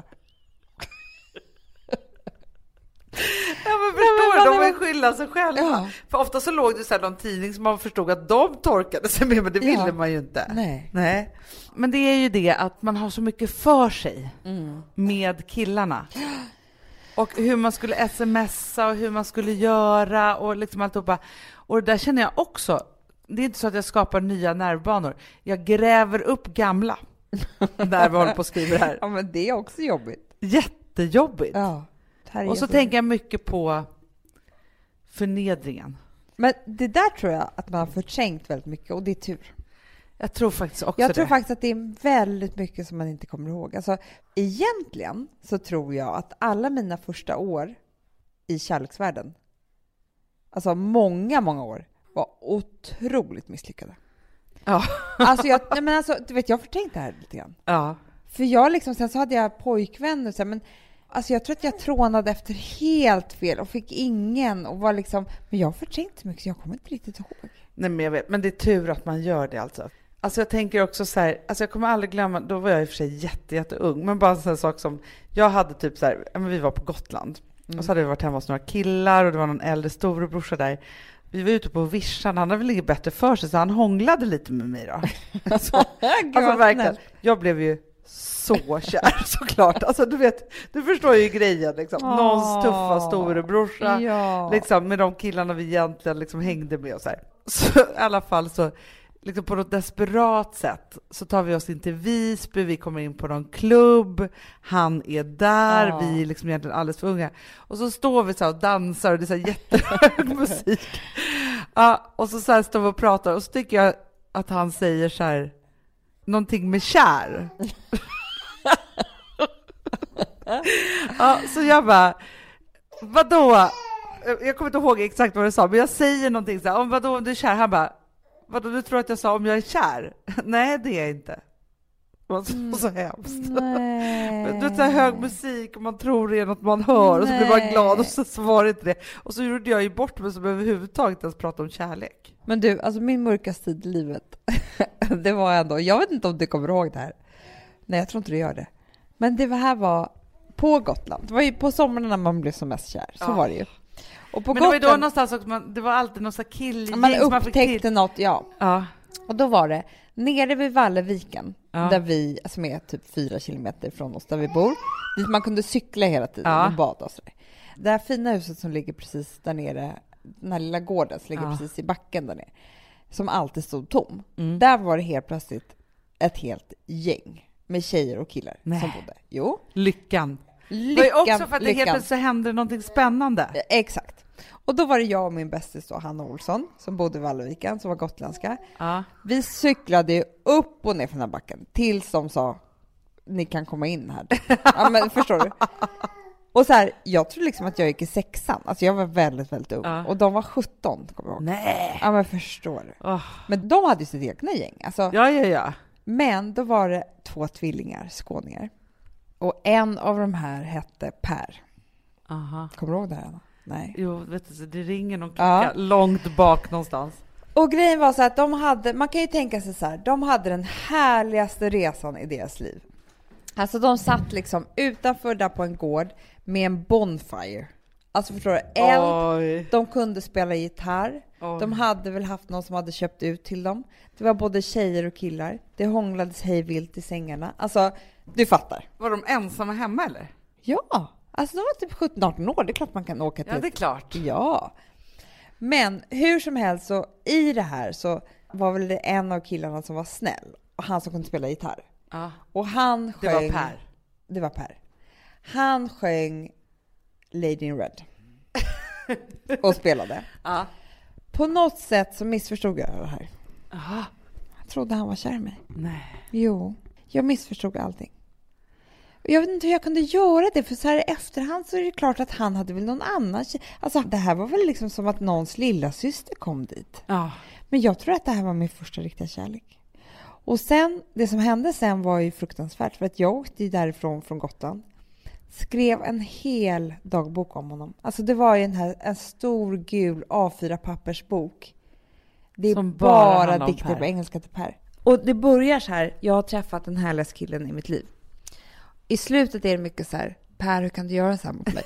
Ja, men förstår du, de var ju skylla sig själva. Ja. För ofta så låg det så här någon tidning som man förstod att de torkade sig med, men det ville man ju inte. Nej. Men det är ju det att man har så mycket för sig med killarna. Och hur man skulle smsa och hur man skulle göra och liksom alltihopa. Och det där känner jag också. Det är inte så att jag skapar nya nervbanor. Jag gräver upp gamla när vi håller på och skriver här. Ja, men det är också jobbigt. Jättejobbigt. Ja. Och så tänker jag mycket på förnedringen. Men det där tror jag att man har förträngt väldigt mycket, och det är tur. Jag tror faktiskt också Jag tror faktiskt att det är väldigt mycket som man inte kommer ihåg. Alltså, egentligen så tror jag att alla mina första år i kärleksvärlden, alltså många år, var otroligt misslyckade. Ja. Alltså, du vet, jag förträngde det här lite grann. Ja. För jag liksom, sen så hade jag pojkvänner, så här, men alltså jag tror att jag trånade efter helt fel och fick ingen och var liksom, men jag förträngde så mycket så jag kommer inte riktigt ihåg. Nej, men jag vet, men det är tur att man gör det alltså. Alltså jag tänker också så här, alltså jag kommer aldrig glömma, då var jag i och för sig jätteung, men bara en sån här sak som, jag hade typ så här, men vi var på Gotland och så hade vi varit hemma hos några killar och det var någon äldre storebrorsa där. Vi var ute på vischan, han hade väl inget bättre för sig så han hånglade lite med mig då. Alltså verkligen, jag blev ju så kär såklart. Alltså du förstår ju grejen liksom. Någons tuffa storebrorsa liksom, med de killarna vi egentligen liksom hängde med och så här. Så i alla fall så liksom på något desperat sätt så tar vi oss in till Visby, vi kommer in på någon klubb, han är där, vi är liksom egentligen alldeles för unga. Och så står vi så här och dansar och det är så här jättehög musik. Ja, och så här står vi och pratar och så tycker jag att han säger så här någonting med kär. Ja, så jag bara, vadå? Jag kommer inte ihåg exakt vad du sa, men jag säger någonting så här, om vadå om du är kär? Han bara, vadå, du tror att jag sa om jag är kär? Nej, det är jag inte. Det var så hemskt. Men du vet, så här hög musik och man tror det är något man hör och så blir man glad och så var det inte det. Och så gjorde jag ju bort mig som överhuvudtaget ens prata om kärlek. Men du, alltså min mörkaste tid i livet, det var ändå, jag vet inte om du kommer ihåg det här. Nej, jag tror inte du gör det. Men det här var på Gotland. Det var ju på sommaren när man blev som mest kär. Så var det ju. Och på men det var ju då någonstans också, det var alltid någon sån killgäng man upptäckte något, ja. Och då var det nere vid Valleviken, där vi, som är typ 4 kilometer från oss där vi bor, dit man kunde cykla hela tiden och bada och sådär. Det här fina huset som ligger precis där nere, den här lilla gården som ligger precis i backen där nere, som alltid stod tom. Där var det helt plötsligt ett helt gäng med tjejer och killar som bodde. Jo. Lyckan. Det var ju också för att det helt plötsligt hände någonting spännande. Exakt. Och då var det jag och min bästis då, Hanna Olsson, som bodde i Valleviken, som var gotländska. Vi cyklade ju upp och ner från den här backen tills de sa, ni kan komma in här. Ja, men förstår du? Och så här, jag tror liksom att jag gick i 6:an. Alltså jag var väldigt, väldigt ung. Och de var 17, kommer jag ihåg. Nej! Ja, men förstår du? Men de hade ju sitt egna gäng. Alltså, ja. Men då var det 2 tvillingar, skåningar. Och en av de här hette Per. Kommer du ihåg det här, Anna? Nej. Jo, vet du, det ringer någon klocka långt bak någonstans. Och grejen var så att de hade, man kan ju tänka sig så här, de hade den härligaste resan i deras liv. Alltså de satt liksom utanför där på en gård med en bonfire. Alltså förstår du, eld. De kunde spela gitarr. De hade väl haft någon som hade köpt ut till dem. Det var både tjejer och killar. Det hånglades hejvilt i sängarna. Alltså, du fattar. Var de ensamma hemma eller? Ja, alltså de var typ 17-18 år. Det är klart man kan åka till. Ja, det är klart. Ja. Men hur som helst så i det här så var väl det en av killarna som var snäll. Och han som kunde spela gitarr. Och han sjöng... Det var Per. Det var Per. Han sjöng Lady in Red. Och spelade. På något sätt så missförstod jag det här. Jag trodde han var kär i mig. Nej. Jo, jag missförstod allting. Jag vet inte hur jag kunde göra det, för så här i efterhand så är det klart att han hade väl någon annan. Alltså det här var väl liksom som att någons lilla syster kom dit. Ja. Men jag tror att det här var min första riktiga kärlek. Och sen, det som hände sen var ju fruktansvärt, för att jag åkte ju därifrån från Gotland. Skrev en hel dagbok om honom. Alltså det var ju en stor gul A4-pappersbok. Det är som bara dikter på engelska till Per. Och det börjar så här, jag har träffat den härligaste killen i mitt liv. I slutet är det mycket så här, Per, hur kan du göra så här mot mig?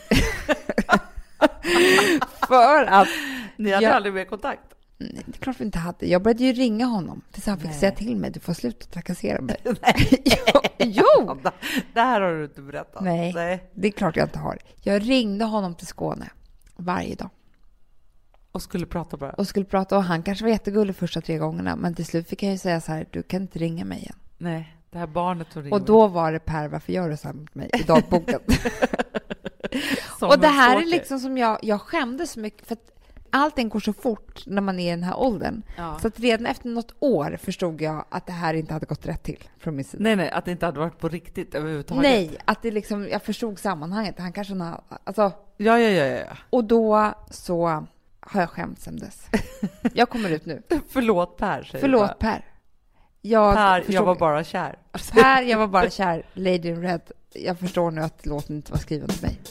För att... Ni hade aldrig mer kontakt? Nej, det är klart vi inte hade. Jag började ju ringa honom tills han fick säga till mig, du får sluta trakassera mig. Jo! Det här har du inte berättat. Nej, det är klart jag inte har. Jag ringde honom till Skåne varje dag. Och skulle prata bara? Och skulle prata, och han kanske var jättegullig första 3 gångerna, men till slut fick jag ju säga så här, du kan inte ringa mig igen. Nej, det här barnet tog ringa. Och då var det, Per, varför gör du så här mot mig i dagboken? Och det här är liksom som jag skämdes så mycket, för att allting går så fort när man är i den här åldern. Ja. Så att redan efter något år förstod jag att det här inte hade gått rätt till från min sida. Nej, att det inte hade varit på riktigt överhuvudtaget. Nej, att det liksom, jag förstod sammanhanget. Han kanske alltså. Ja. Och då så har jag skämt sen dess. Jag kommer ut nu. Förlåt Per, säger Förlåt Per. Jag var bara kär. Per, jag var bara kär. Lady in Red. Jag förstår nu att låten inte var skriven till mig.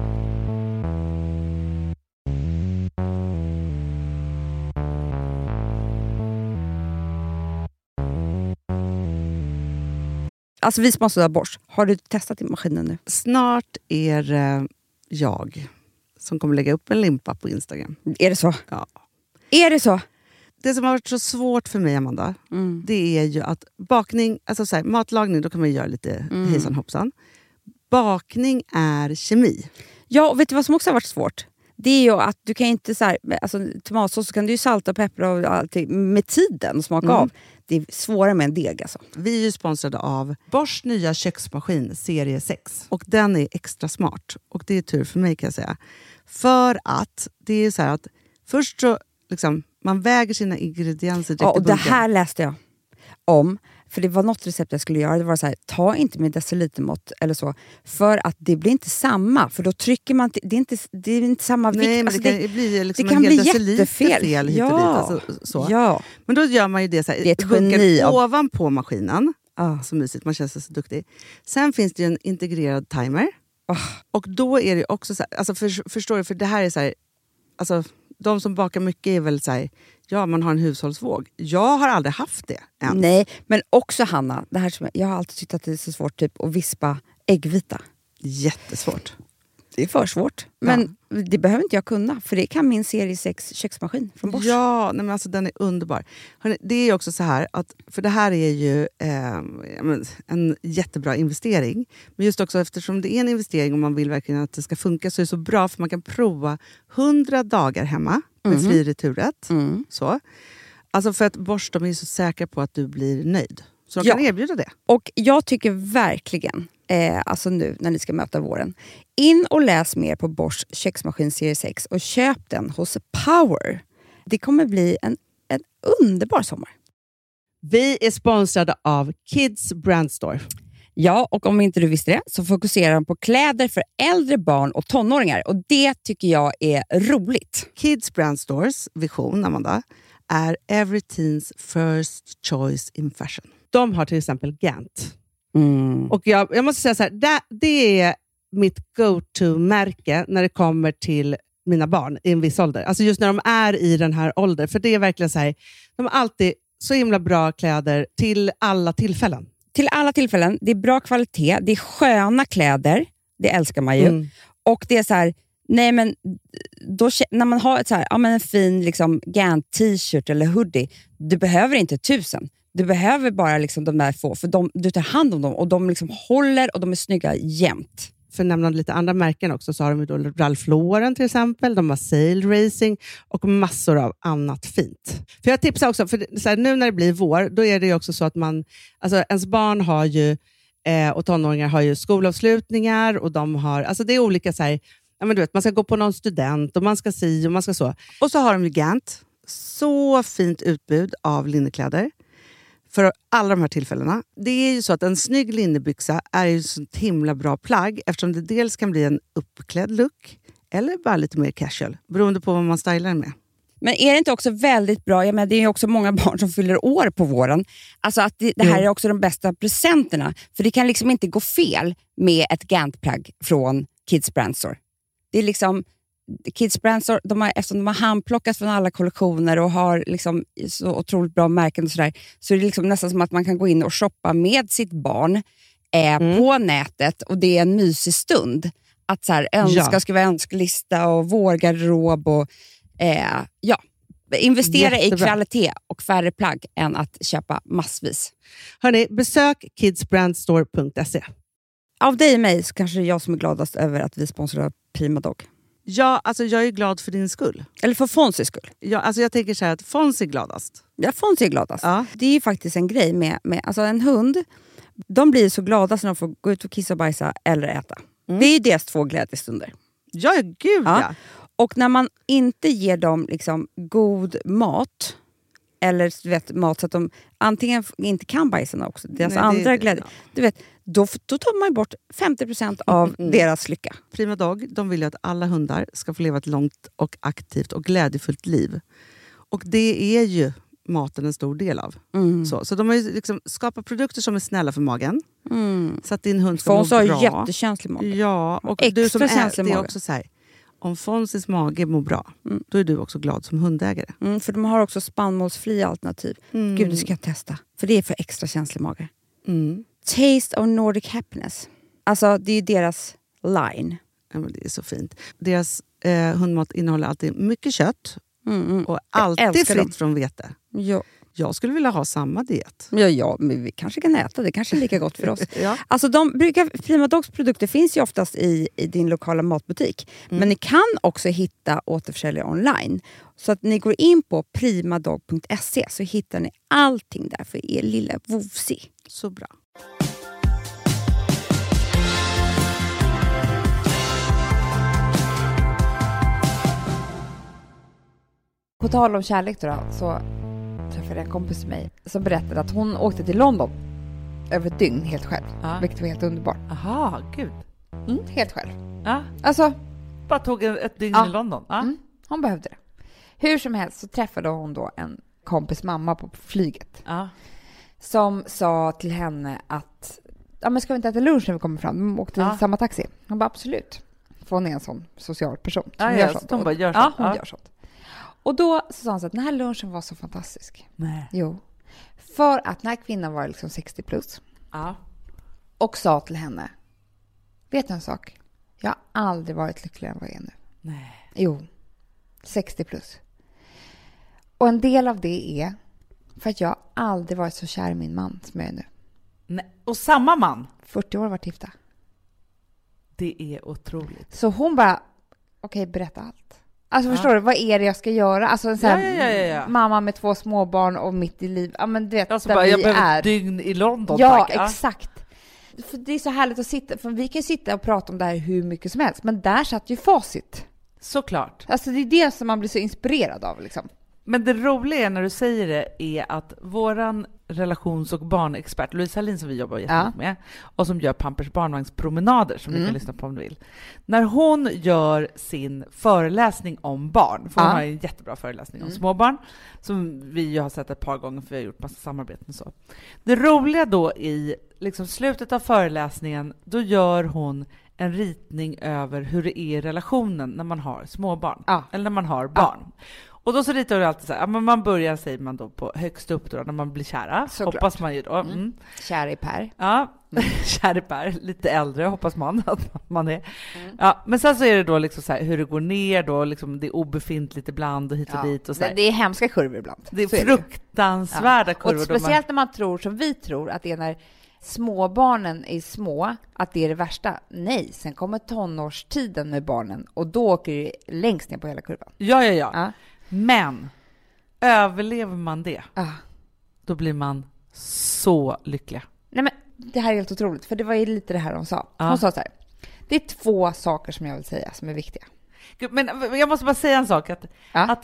Alltså vi sponsrar Bosch. Har du testat i maskinen nu? Snart är jag som kommer lägga upp en limpa på Instagram. Är det så? Ja. Är det så? Det som har varit så svårt för mig, Amanda, det är ju att bakning, alltså så här, matlagning, då kan man göra lite hejsan hoppsan. Bakning är kemi. Ja, och vet du vad som också har varit svårt? Det är ju att du kan inte så här, alltså tomatsås så kan du ju salta och peppra och allting med tiden och smaka av. Det är svårare med en deg alltså. Vi är ju sponsrade av Bosch nya köksmaskin serie 6. Och den är extra smart. Och det är tur för mig, kan jag säga. För att det är så här att först så liksom, man väger sina ingredienser. Ja, och det här läste jag om. För det var något recept jag skulle göra. Det var så här, ta inte med decilitermått eller så. För att det blir inte samma. För då trycker man... Det är inte samma vikt. Nej, men alltså det kan bli liksom det kan en hel bli deciliter fel hit och dit. Alltså, så. Ja. Men då gör man ju det så här. Det är ett geni ovanpå maskinen. Så mysigt, man känns så duktig. Sen finns det ju en integrerad timer. Och då är det också så här, alltså förstår du, för det här är så här, alltså de som bakar mycket är väl så här, ja, man har en hushållsvåg. Jag har aldrig haft det än. Nej, men också Hanna, det här som jag har alltid tyckt att det är så svårt typ att vispa äggvita. Jättesvårt. Det är för svårt. Men det behöver inte jag kunna, för det kan min serie 6 köksmaskin från Bosch. Ja, nej, men alltså den är underbar. Hörrni, det är också så här att, för det här är ju en jättebra investering. Men just också eftersom det är en investering och man vill verkligen att det ska funka, så är det så bra, för man kan prova 100 dagar hemma med fri returrätt. Så. Alltså för att Bosch, de är så säkra på att du blir nöjd. Så de kan erbjuda det. Och jag tycker verkligen, alltså nu när ni ska möta våren, in och läs mer på Bosch köksmaskin serie 6 och köp den hos Power. Det kommer bli en underbar sommar. Vi är sponsrade av Kids Brand Store. Ja, och om inte du visste det så fokuserar de på kläder för äldre barn och tonåringar. Och det tycker jag är roligt. Kids Brand Stores vision, Amanda, är every teens first choice in fashion. De har till exempel Gant. Och jag måste säga så här, det är mitt go-to-märke när det kommer till mina barn i en viss ålder. Alltså just när de är i den här åldern. För det är verkligen så här, de har alltid så himla bra kläder till alla tillfällen. Till alla tillfällen. Det är bra kvalitet. Det är sköna kläder. Det älskar man ju. Och det är så här, nej men då, när man har ett så här, ja, men en fin liksom Gant t-shirt eller hoodie, du behöver inte 1000. Du behöver bara liksom de där få, för du tar hand om dem och de liksom håller och de är snygga jämt. För att nämna lite andra märken också, så har de ju då Ralph Lauren till exempel, de har Sail Racing och massor av annat fint. För jag tipsar också, för så här, nu när det blir vår, då är det ju också så att man, alltså ens barn har ju, och tonåringar har ju skolavslutningar och de har, alltså det är olika så här, ja men du vet, man ska gå på någon student och man ska si och man ska så. Och så har de ju Gant, så fint utbud av linnekläder. för alla de här tillfällena. Det är ju så att en snygg linnebyxa är ju så himla bra plagg eftersom det dels kan bli en uppklädd look eller bara lite mer casual, beroende på vad man stylar den med. Men är det inte också väldigt bra, jag menar, det är ju också många barn som fyller år på våren, alltså att det här är också de bästa presenterna, för det kan liksom inte gå fel med ett Gant-plagg från Kids Brand Store. Det är liksom Kids Brand Store, eftersom de har handplockat från alla kollektioner och har liksom så otroligt bra märken och sådär, så är det liksom nästan som att man kan gå in och shoppa med sitt barn på nätet, och det är en mysig stund att så här, skriva önskelista och vårgarderob och investera i kvalitet och färre plagg än att köpa massvis. Hörrni, besök kidsbrandstore.se. Av dig och mig så kanske det är jag som är gladast över att vi sponsrar Prima Dog. Ja, alltså jag är glad för din skull. Eller för Fonzys skull. Ja, alltså jag tänker så här att Fonzie är gladast. Ja, Fonzie är gladast. Ja. Det är ju faktiskt en grej med alltså en hund. De blir så glada när de får gå ut och kissa och bajsa eller äta. Det är ju deras 2 glädjestunder. Ja, gud ja. Och när man inte ger dem liksom god mat, eller du vet, mat så att de antingen inte kan bajsa också, deras andra glädje, du vet, då tar man bort 50% av deras lycka. Prima Dog, de vill ju att alla hundar ska få leva ett långt och aktivt och glädjefullt liv. Och det är ju maten en stor del av. Så de har ju liksom skapat produkter som är snälla för magen. Så att din hund ska må bra. Fons har jättekänslig mage. Ja, och extra du som känslig mage. Det är också så här, om Fonzys mage mår bra, då är du också glad som hundägare. För de har också spannmålsfria alternativ. Gud, du ska testa. För det är för extra känslig mage. Taste of Nordic Happiness. Alltså, det är ju deras line. Ja, men det är så fint. Deras hundmat innehåller alltid mycket kött. Och alltid fritt från vete. Ja. Jag skulle vilja ha samma diet. Ja, men vi kanske kan äta. Det kanske är lika gott för oss. Alltså Prima Dogs produkter finns ju oftast i din lokala matbutik. Men ni kan också hitta återförsäljare online. Så att ni går in på primadog.se så hittar ni allting där för er lilla vovsi. Så bra. På tal om kärlek då, så träffade jag en kompis med mig som berättade att hon åkte till London över ett dygn helt själv. Vilket var helt underbart. Aha, gud. Helt själv. Ja. Alltså, bara tog ett dygn i London. Hon behövde det. Hur som helst så träffade hon då en kompis mamma på flyget. Som sa till henne att men ska vi inte äta lunch när vi kommer fram? De åkte i samma taxi. Hon bara absolut. För hon är en sån social person som gör sånt. Hon bara gör sånt. Hon gör sånt. Och då sa hon så att den här lunchen var så fantastisk. Nej. Jo. För att den här kvinnan var liksom 60 plus. Och sa till henne, vet du en sak? Jag har aldrig varit lyckligare än vad jag är nu. Nej. Jo. 60 plus. Och en del av det är för att jag har aldrig varit så kär i min man som jag är nu. Nej. Och samma man? 40 år har varit gifta. Det är otroligt. Så hon bara, okej, berätta allt. Alltså förstår du, vad är det jag ska göra? Alltså en sån här mamma med 2 småbarn och mitt i liv. Ja, men du vet, alltså bara, jag behöver ett dygn i London. Ja, exakt. För det är så härligt att sitta, för vi kan sitta och prata om det här hur mycket som helst. Men där satt ju facit. Såklart. Alltså det är det som man blir så inspirerad av liksom. Men det roliga när du säger det är att våran relations- och barnexpert Louise Hallin som vi jobbar jättemycket med och som gör Pampers barnvagnspromenader som ni kan lyssna på om du vill. När hon gör sin föreläsning om barn, för hon har en jättebra föreläsning om småbarn som vi ju har sett ett par gånger för vi har gjort massa samarbeten och så. Det roliga då i liksom slutet av föreläsningen, då gör hon en ritning över hur det är i relationen när man har småbarn eller när man har barn. Och då så ritar du alltid så här, men man börjar, säger man då, på högst upp då, när man blir kära. Såklart. Hoppas man ju då. Kär i Per. Ja, kär i Per. Lite äldre hoppas man att man är. Ja, men sen så är det då liksom så här, hur det går ner då, liksom det är obefintligt ibland och hit och dit. Och så det är hemska kurvor ibland. Det är fruktansvärda kurvor. Och speciellt när man tror, som vi tror, att det är när småbarnen är små, att det är det värsta. Nej, sen kommer tonårstiden med barnen och då åker det längst ner på hela kurvan. Ja. Men överlever man det, då blir man så lycklig. Nej, men det här är helt otroligt, för det var ju lite det här hon sa. Hon sa så här, det är 2 saker som jag vill säga som är viktiga. Men jag måste bara säga en sak, att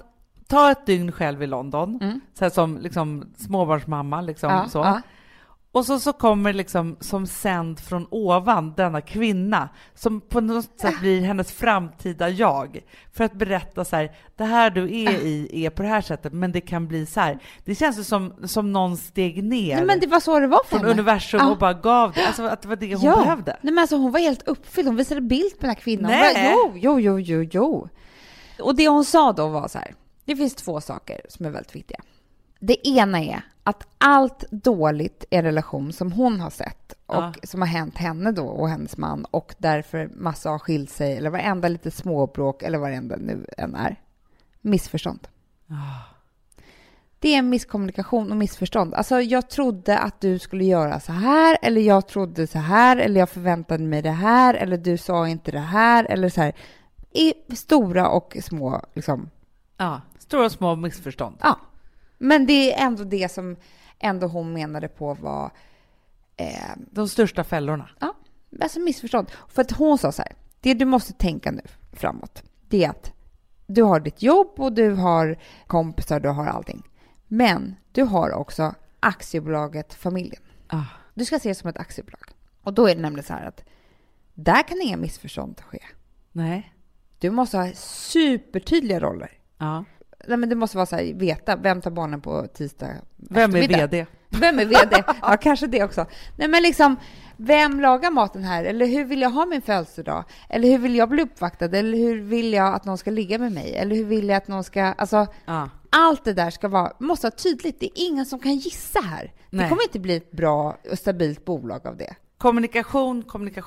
ta ett dygn själv i London, så här som liksom småbarnsmamma liksom, så. Ja. Och så kommer liksom som sänd från ovan denna kvinna som på något sätt blir hennes framtida jag, för att berätta så här: det här du är på det här sättet, men det kan bli så här. Det känns ju som någon steg ner. Nej, men det var så det var för från universum och bara gav det. Alltså att det var det hon behövde. Nej, men alltså hon var helt uppfylld. Hon visade bild på den här kvinnan. Nej. Jo. Och det hon sa då var så här: det finns 2 saker som är väldigt viktiga. Det ena är att allt dåligt i en relation som hon har sett och som har hänt henne då och hennes man, och därför massa har skilt sig, eller varenda lite småbråk eller varenda nu än är missförstånd. Det är misskommunikation och missförstånd. Alltså jag trodde att du skulle göra så här, eller jag trodde så här, eller jag förväntade mig det här, eller du sa inte det här, eller så här. I stora och små liksom. Ja, stora och små missförstånd. Ja. Men det är ändå det som ändå hon menade på var de största fällorna. Ja, alltså missförstånd. För att hon sa så här: det du måste tänka nu framåt, det är att du har ditt jobb och du har kompisar, du har allting. Men du har också aktiebolaget familjen. Du ska se det som ett aktiebolag. Och då är det nämligen så här att där kan inga missförstånd ske. Nej. Du måste ha supertydliga roller. Ja. Nej, men det måste vara så här, veta vem tar barnen på tisdag. Vem är vd? Vem är vd? Ja, kanske det också. Nej, men liksom, vem lagar maten här? Eller hur vill jag ha min födelsedag? Eller hur vill jag bli uppvaktad? Eller hur vill jag att någon ska ligga med mig? Eller hur vill jag att någon ska... Alltså, allt det där måste vara tydligt. Det är ingen som kan gissa här. Nej. Det kommer inte bli ett bra och stabilt bolag av det. Kommunikation.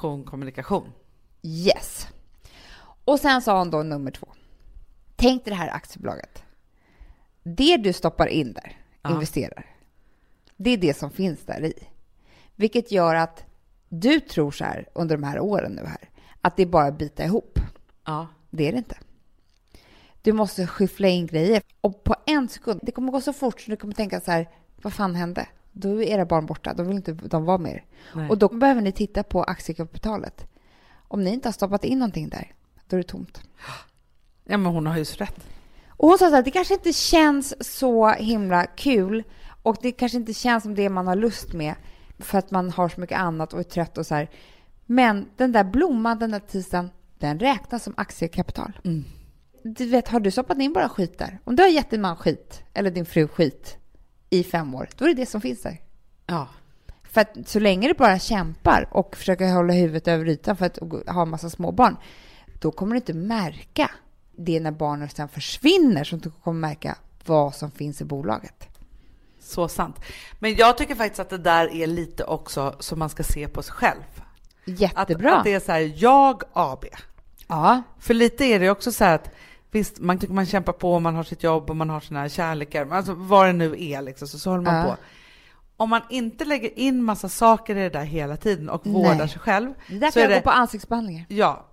Yes. Och sen sa han då nummer 2. Tänk dig det här aktiebolaget. Det du stoppar in där, investerar, det är det som finns där i. Vilket gör att du tror så här under de här åren nu här, att det är bara att bita ihop. Ja. Det är det inte. Du måste skyffla in grejer. Och på en sekund, det kommer gå så fort så du kommer tänka så här: vad fan hände? Då är era barn borta, då vill inte de vara med. Nej. Och då behöver ni titta på aktiekapitalet. Om ni inte har stoppat in någonting där, då är det tomt. Ja, men hon har ju så rätt. Och hon sa så här: det kanske inte känns så himla kul och det kanske inte känns som det man har lust med för att man har så mycket annat och är trött och så här. Men den där blomman, den där tisdagen, den räknas som aktiekapital. Du vet, har du stoppat in bara skit där? Om du har gett din man skit eller din fru skit i 5 år, då är det det som finns där. Ja. För att så länge du bara kämpar och försöker hålla huvudet över ytan för att ha en massa småbarn, då kommer du inte märka det när barnen sen försvinner, som du kommer märka vad som finns i bolaget. Så sant. Men jag tycker faktiskt att det där är lite också som man ska se på sig själv. Jättebra. Att det är så här, jag AB. Ja. För lite är det också så här att visst, man tycker man kämpar på, man har sitt jobb och man har sina här kärlekar. Alltså vad det nu är liksom, så håller man på. Om man inte lägger in massa saker i det där hela tiden och vårdar sig själv. Det där kan jag gå på ansiktsbehandlingar. Ja.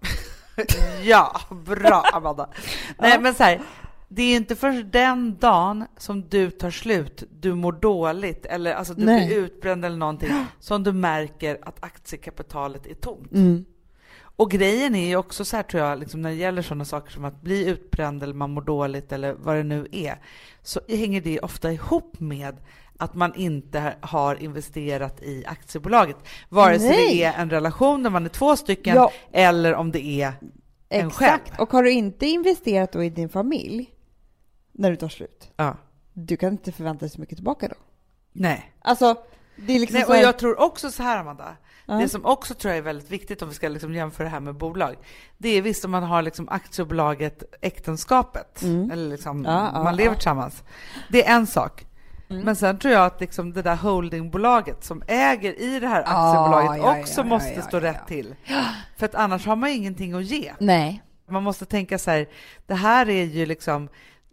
Ja, bra Amanda. Nej, men så här, det är inte först den dagen som du tar slut, du mår dåligt eller alltså du blir utbränd eller någonting, som du märker att aktiekapitalet är tomt. Och grejen är ju också så här, tror jag, liksom, när det gäller sådana saker som att bli utbränd eller man mår dåligt eller vad det nu är, så hänger det ofta ihop med att man inte har investerat i aktiebolaget. Vare sig det är en relation där man är 2 stycken eller om det är en själv. Och har du inte investerat då i din familj när du tar slut, du kan inte förvänta dig så mycket tillbaka då. Nej. Alltså, det är liksom nej, och jag tror också så här, Amanda. Det som också tror jag är väldigt viktigt om vi ska liksom jämföra det här med bolag, det är visst om man har liksom aktiebolaget, äktenskapet, eller liksom man lever tillsammans. Det är en sak. Men sen tror jag att liksom det där holdingbolaget som äger i det här aktiebolaget också måste stå rätt till. För att annars har man ingenting att ge. Nej. Man måste tänka så här, det här är ju liksom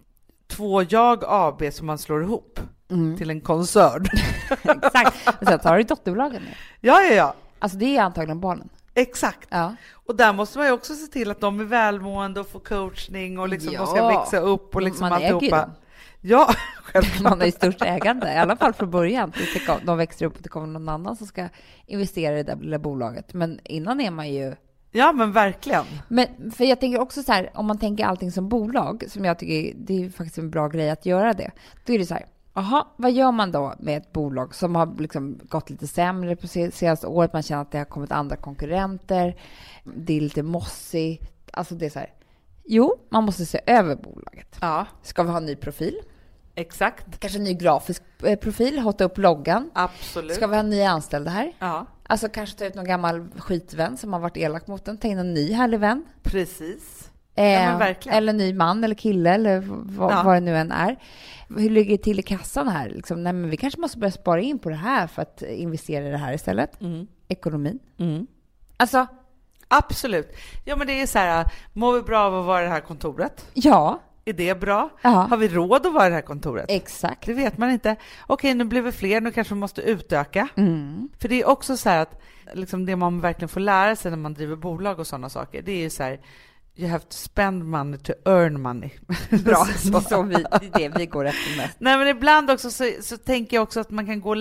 2 jag AB som man slår ihop till en koncern. Exakt. Och sen tar du dotterbolagen nu. Ja. Alltså det är antagligen barnen. Exakt. Ja. Och där måste man ju också se till att de är välmående och får coachning och liksom de ska växa upp och liksom alltihopa. Ja, självklart. Man är ju störst ägande, i alla fall från början. De växer upp och det kommer någon annan som ska investera i det där lilla bolaget. Men innan är man ju Ja, men verkligen. Men för jag tänker också så här, om man tänker allting som bolag, som jag tycker det är faktiskt en bra grej att göra det. Då är det så här, vad gör man då med ett bolag som har liksom gått lite sämre på senaste året? Man känner att det har kommit andra konkurrenter. Det är lite mossigt. Alltså det är så här, jo, man måste se över bolaget. Ja. Ska vi ha en ny profil? Exakt. Kanske en ny grafisk profil, hotta upp loggan. Absolut. Ska vi ha en ny anställd här? Ja. Alltså kanske ta ut någon gammal skitvän som har varit elak mot den. Ta in en ny härlig vän. Precis. Ja, men verkligen. Eller en ny man eller kille eller vad det nu än är. Hur ligger det till i kassan här? Liksom, nej, men vi kanske måste börja spara in på det här för att investera i det här istället. Ekonomin. Alltså... Absolut. Ja, men det är så här, mår vi bra av att vara i det här kontoret? Ja. Är det bra? Ja. Har vi råd att vara i det här kontoret? Exakt. Det vet man inte. Okej, nu blir vi fler, nu kanske vi måste utöka. För det är också så här att liksom det man verkligen får lära sig när man driver bolag och sådana saker, det är ju så här, you have to spend money to earn money. Bra, så det är det vi går efter mest. Nej, men ibland också så tänker jag också att man kan gå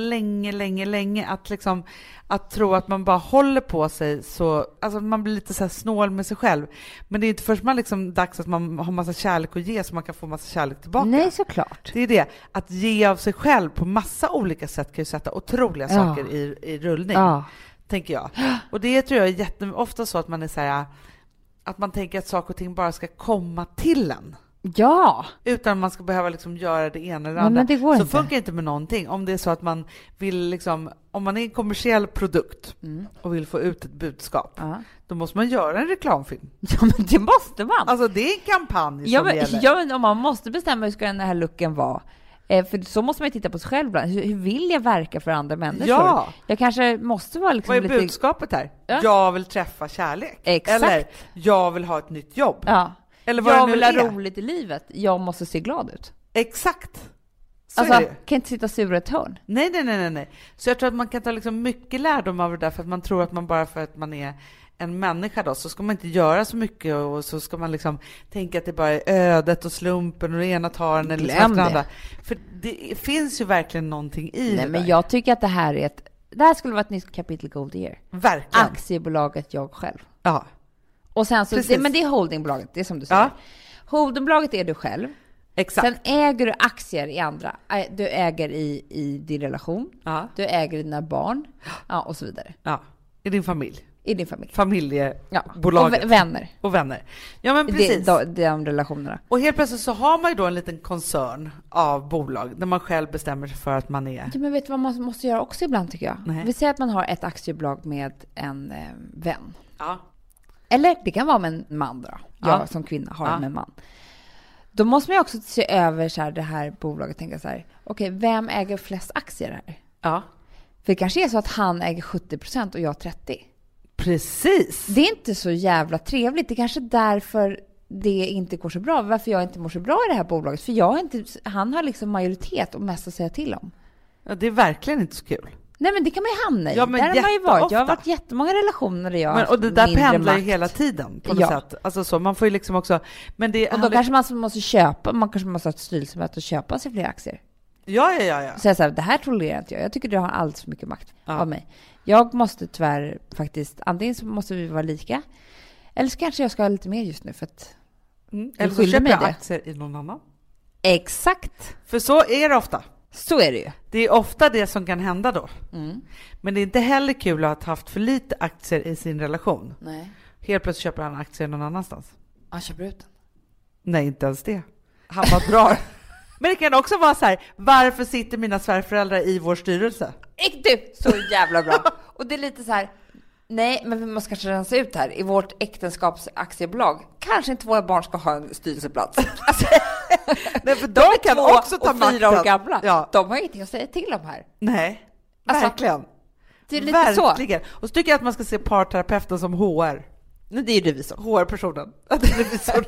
länge att liksom att tro att man bara håller på sig så, alltså man blir lite så här snål med sig själv. Men det är inte först man liksom dags att man har massa kärlek att ge så man kan få massa kärlek tillbaka. Nej, såklart. Det är det. Att ge av sig själv på massa olika sätt kan ju sätta otroliga saker i rullning, tänker jag. Och det tror jag är jätteofta så att man är så här, att man tänker att saker och ting bara ska komma till en. Ja. Utan att man ska behöva liksom göra det ena eller andra. Men det går så inte. Funkar inte med någonting. Om det är så att man vill liksom, om man är en kommersiell produkt och vill få ut ett budskap, då måste man göra en reklamfilm. Ja, men det måste man. Alltså det är en kampanj som gäller. Ja, men om man måste bestämma hur ska den här looken vara. För så måste man titta på sig själv ibland. Hur vill jag verka för andra människor? Ja. Jag kanske måste vara liksom vad är lite... budskapet här? Ja. Jag vill träffa kärlek. Exakt. Eller jag vill ha ett nytt jobb. Ja. Eller vad jag vill ha roligt i livet. Jag måste se glad ut. Exakt. Så alltså, är det. Kan inte sitta sur i ett hörn. Nej. Så jag tror att man kan ta liksom mycket lärdom av det där, för att man tror att man bara för att man är en människa då, så ska man inte göra så mycket, och så ska man liksom tänka att det bara är ödet och slumpen och det ena tar en eller Glöm det andra. För det finns ju verkligen någonting i det men där. jag tycker att det här skulle vara ett nytt kapitel Gold Year. Verkligen. Aktiebolaget jag själv. Ja. Och sen så, men det är holdingbolaget, det är som du säger. Ja. Holdingbolaget är du själv. Exakt. Sen äger du aktier i andra. Du äger i din relation. Ja. Du äger dina barn. Ja, och så vidare. Ja, i din familj. I din familj. Familjebolaget. Och vänner. Och vänner. Ja, men precis. De relationerna. Och helt plötsligt så har man ju då en liten koncern av bolag där man själv bestämmer sig för att man är... Ja, men vet du vad man måste göra också ibland, tycker jag? Nej. Vi säger att man har ett aktiebolag med en vän. Ja. Eller det kan vara med en man då. Jag som kvinna har med en man. Då måste man ju också se över så här, det här bolaget och tänka så här, okej, vem äger flest aktier här? Ja. För det kanske är så att han äger 70% och jag 30%. Precis. Det är inte så jävla trevligt. Det är kanske därför det inte går så bra. Varför jag inte mår så bra i det här bolaget. För han har liksom majoritet och mest att säga till om. Ja, det är verkligen inte så kul. Nej, men det kan man ju hamna i. Ja, men där har man ju varit. Jag har ofta. varit jättemånga relationer där jag har och det där pendlar ju makt. hela tiden på något sätt. Alltså så, man får ju liksom också... Men det, och då kanske man måste köpa, man kanske måste ha ett styrelsemöte och köpa sig fler aktier. Ja. Så jag säger, det här tolererar inte jag. Jag tycker du har alldeles för mycket makt av mig. Jag måste tyvärr faktiskt, antingen så måste vi vara lika, eller så kanske jag ska ha lite mer just nu för att eller så köper jag aktier i någon annan. Exakt. För så är det ofta. Så är det ju. Det är ofta det som kan hända då. Men det är inte heller kul att ha haft för lite aktier i sin relation. Nej. Helt plötsligt köper han aktier någon annanstans. Han köper ut den. Nej, inte ens det. Han bara drar. Men det kan också vara så här, varför sitter mina svärföräldrar i vår styrelse? Du, så jävla bra. Och det är lite så här, nej, men vi måste kanske rensa ut här. I vårt äktenskapsaktiebolag kanske inte våra barn ska ha en styrelseplats. Alltså, nej, för de kan också ta makten. 4 år gamla. Ja. De har ingenting att säga till om här. Nej, alltså, verkligen. Det är lite verkligen. Så. Och så tycker jag att man ska se parterapeuten som HR. Nej, det är ju revisor. HR-personen. Det är revisorn.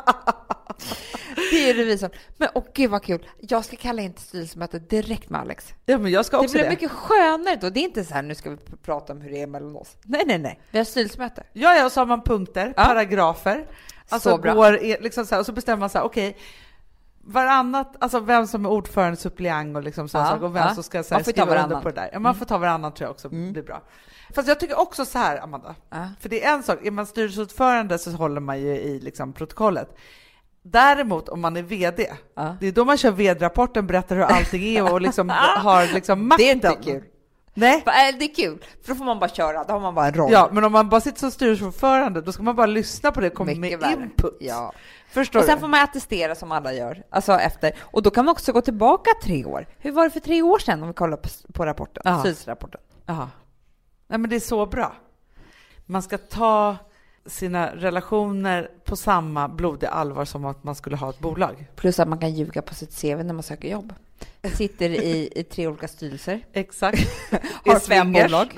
Det är revisorn. Men gud vad kul. Jag ska kalla in till styrelsemötet direkt med Alex. Ja, men jag ska också det. Blir mycket skönare då. Det är inte så här, nu ska vi prata om hur det är mellan oss. Nej. Vi har styrelsemöte. Ja, och så har man punkter, paragrafer. Alltså så bra. går liksom så här, och så bestämmer man så här, okej, varannat, alltså vem som är ordförande, suppleant och liksom sådana saker, och vem som ska skriva under på det där. Ja, man får ta varannan, tror jag också blir bra. Fast jag tycker också så här, Amanda, för det är en sak, är man styrelseordförande så håller man ju i liksom protokollet. Däremot om man är vd, det är då man kör vd-rapporten, berättar hur allting är och liksom har liksom makten. Det är inte kul. Nej. Det är kul, för då får man bara köra, då har man bara en roll. Ja, men om man bara sitter som styrelseordförande, då ska man bara lyssna på det och komma med input. Ja. Förstår och sen du? får man attestera som alla gör, alltså efter. Och då kan man också gå tillbaka 3 år. Hur var det för 3 år sedan om vi kollar på rapporten, styrelserapporten? Ja. Nej, men det är så bra. Man ska ta sina relationer på samma blodiga allvar som att man skulle ha ett bolag. Plus att man kan ljuga på sitt CV när man söker jobb. Sitter i 3 olika styrelser. Exakt. Har 5 bolag.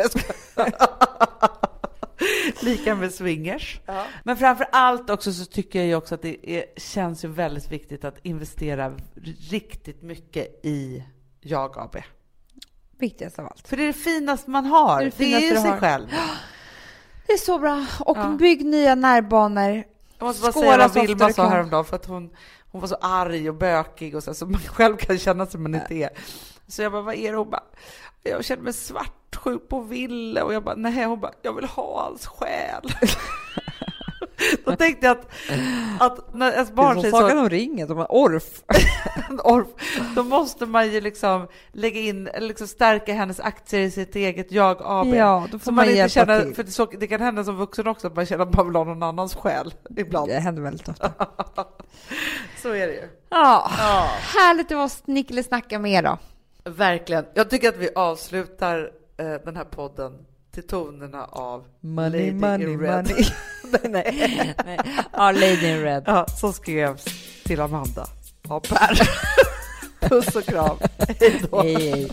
Lika med swingers. Ja. Men framför allt också så tycker jag ju också att det känns ju väldigt viktigt att investera riktigt mycket i Jag AB. Viktigast av allt. För det är det finaste man har. Det är ju sig själv. Det är så bra. Och bygg nya närbanor. Jag måste bara säga vad Vilma sa häromdagen, för att hon var så arg och bökig och så man själv kan känna sig man inte är. Så jag bara, vad är det? Hon bara, jag känner mig svartsjuk på Ville. Och jag bara, nej. Hon bara, jag vill ha hans själ. Då tänkte jag att när ens barn säger så... Sagan om ringen, de har orf. Då måste man ju liksom lägga in, liksom stärka hennes aktier i sitt eget Jag AB. Ja, då får så man inte känna, till. för det kan hända som vuxen också att man känner att man vill ha någon annans själ ibland. Det händer väldigt ofta. Så är det ju. Ja. Härligt att vara Nickle snacka med då. Verkligen. Jag tycker att vi avslutar den här podden till tonerna av Money, Lady money, in Red. money. nej. Ja, Lady in Red. Ja, som skrevs till Amanda av Per. Puss och kram. Hej då. Hej.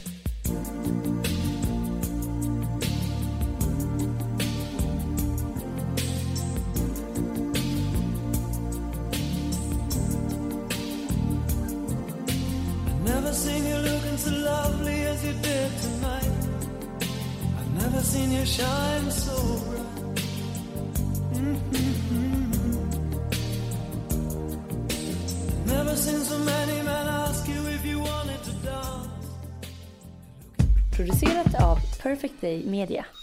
Never seen you looking so lovely as you did tonight. I've never seen you shine so bright. Never seen so many men ask you if you wanted to dance. Producerat av Perfect Day Media.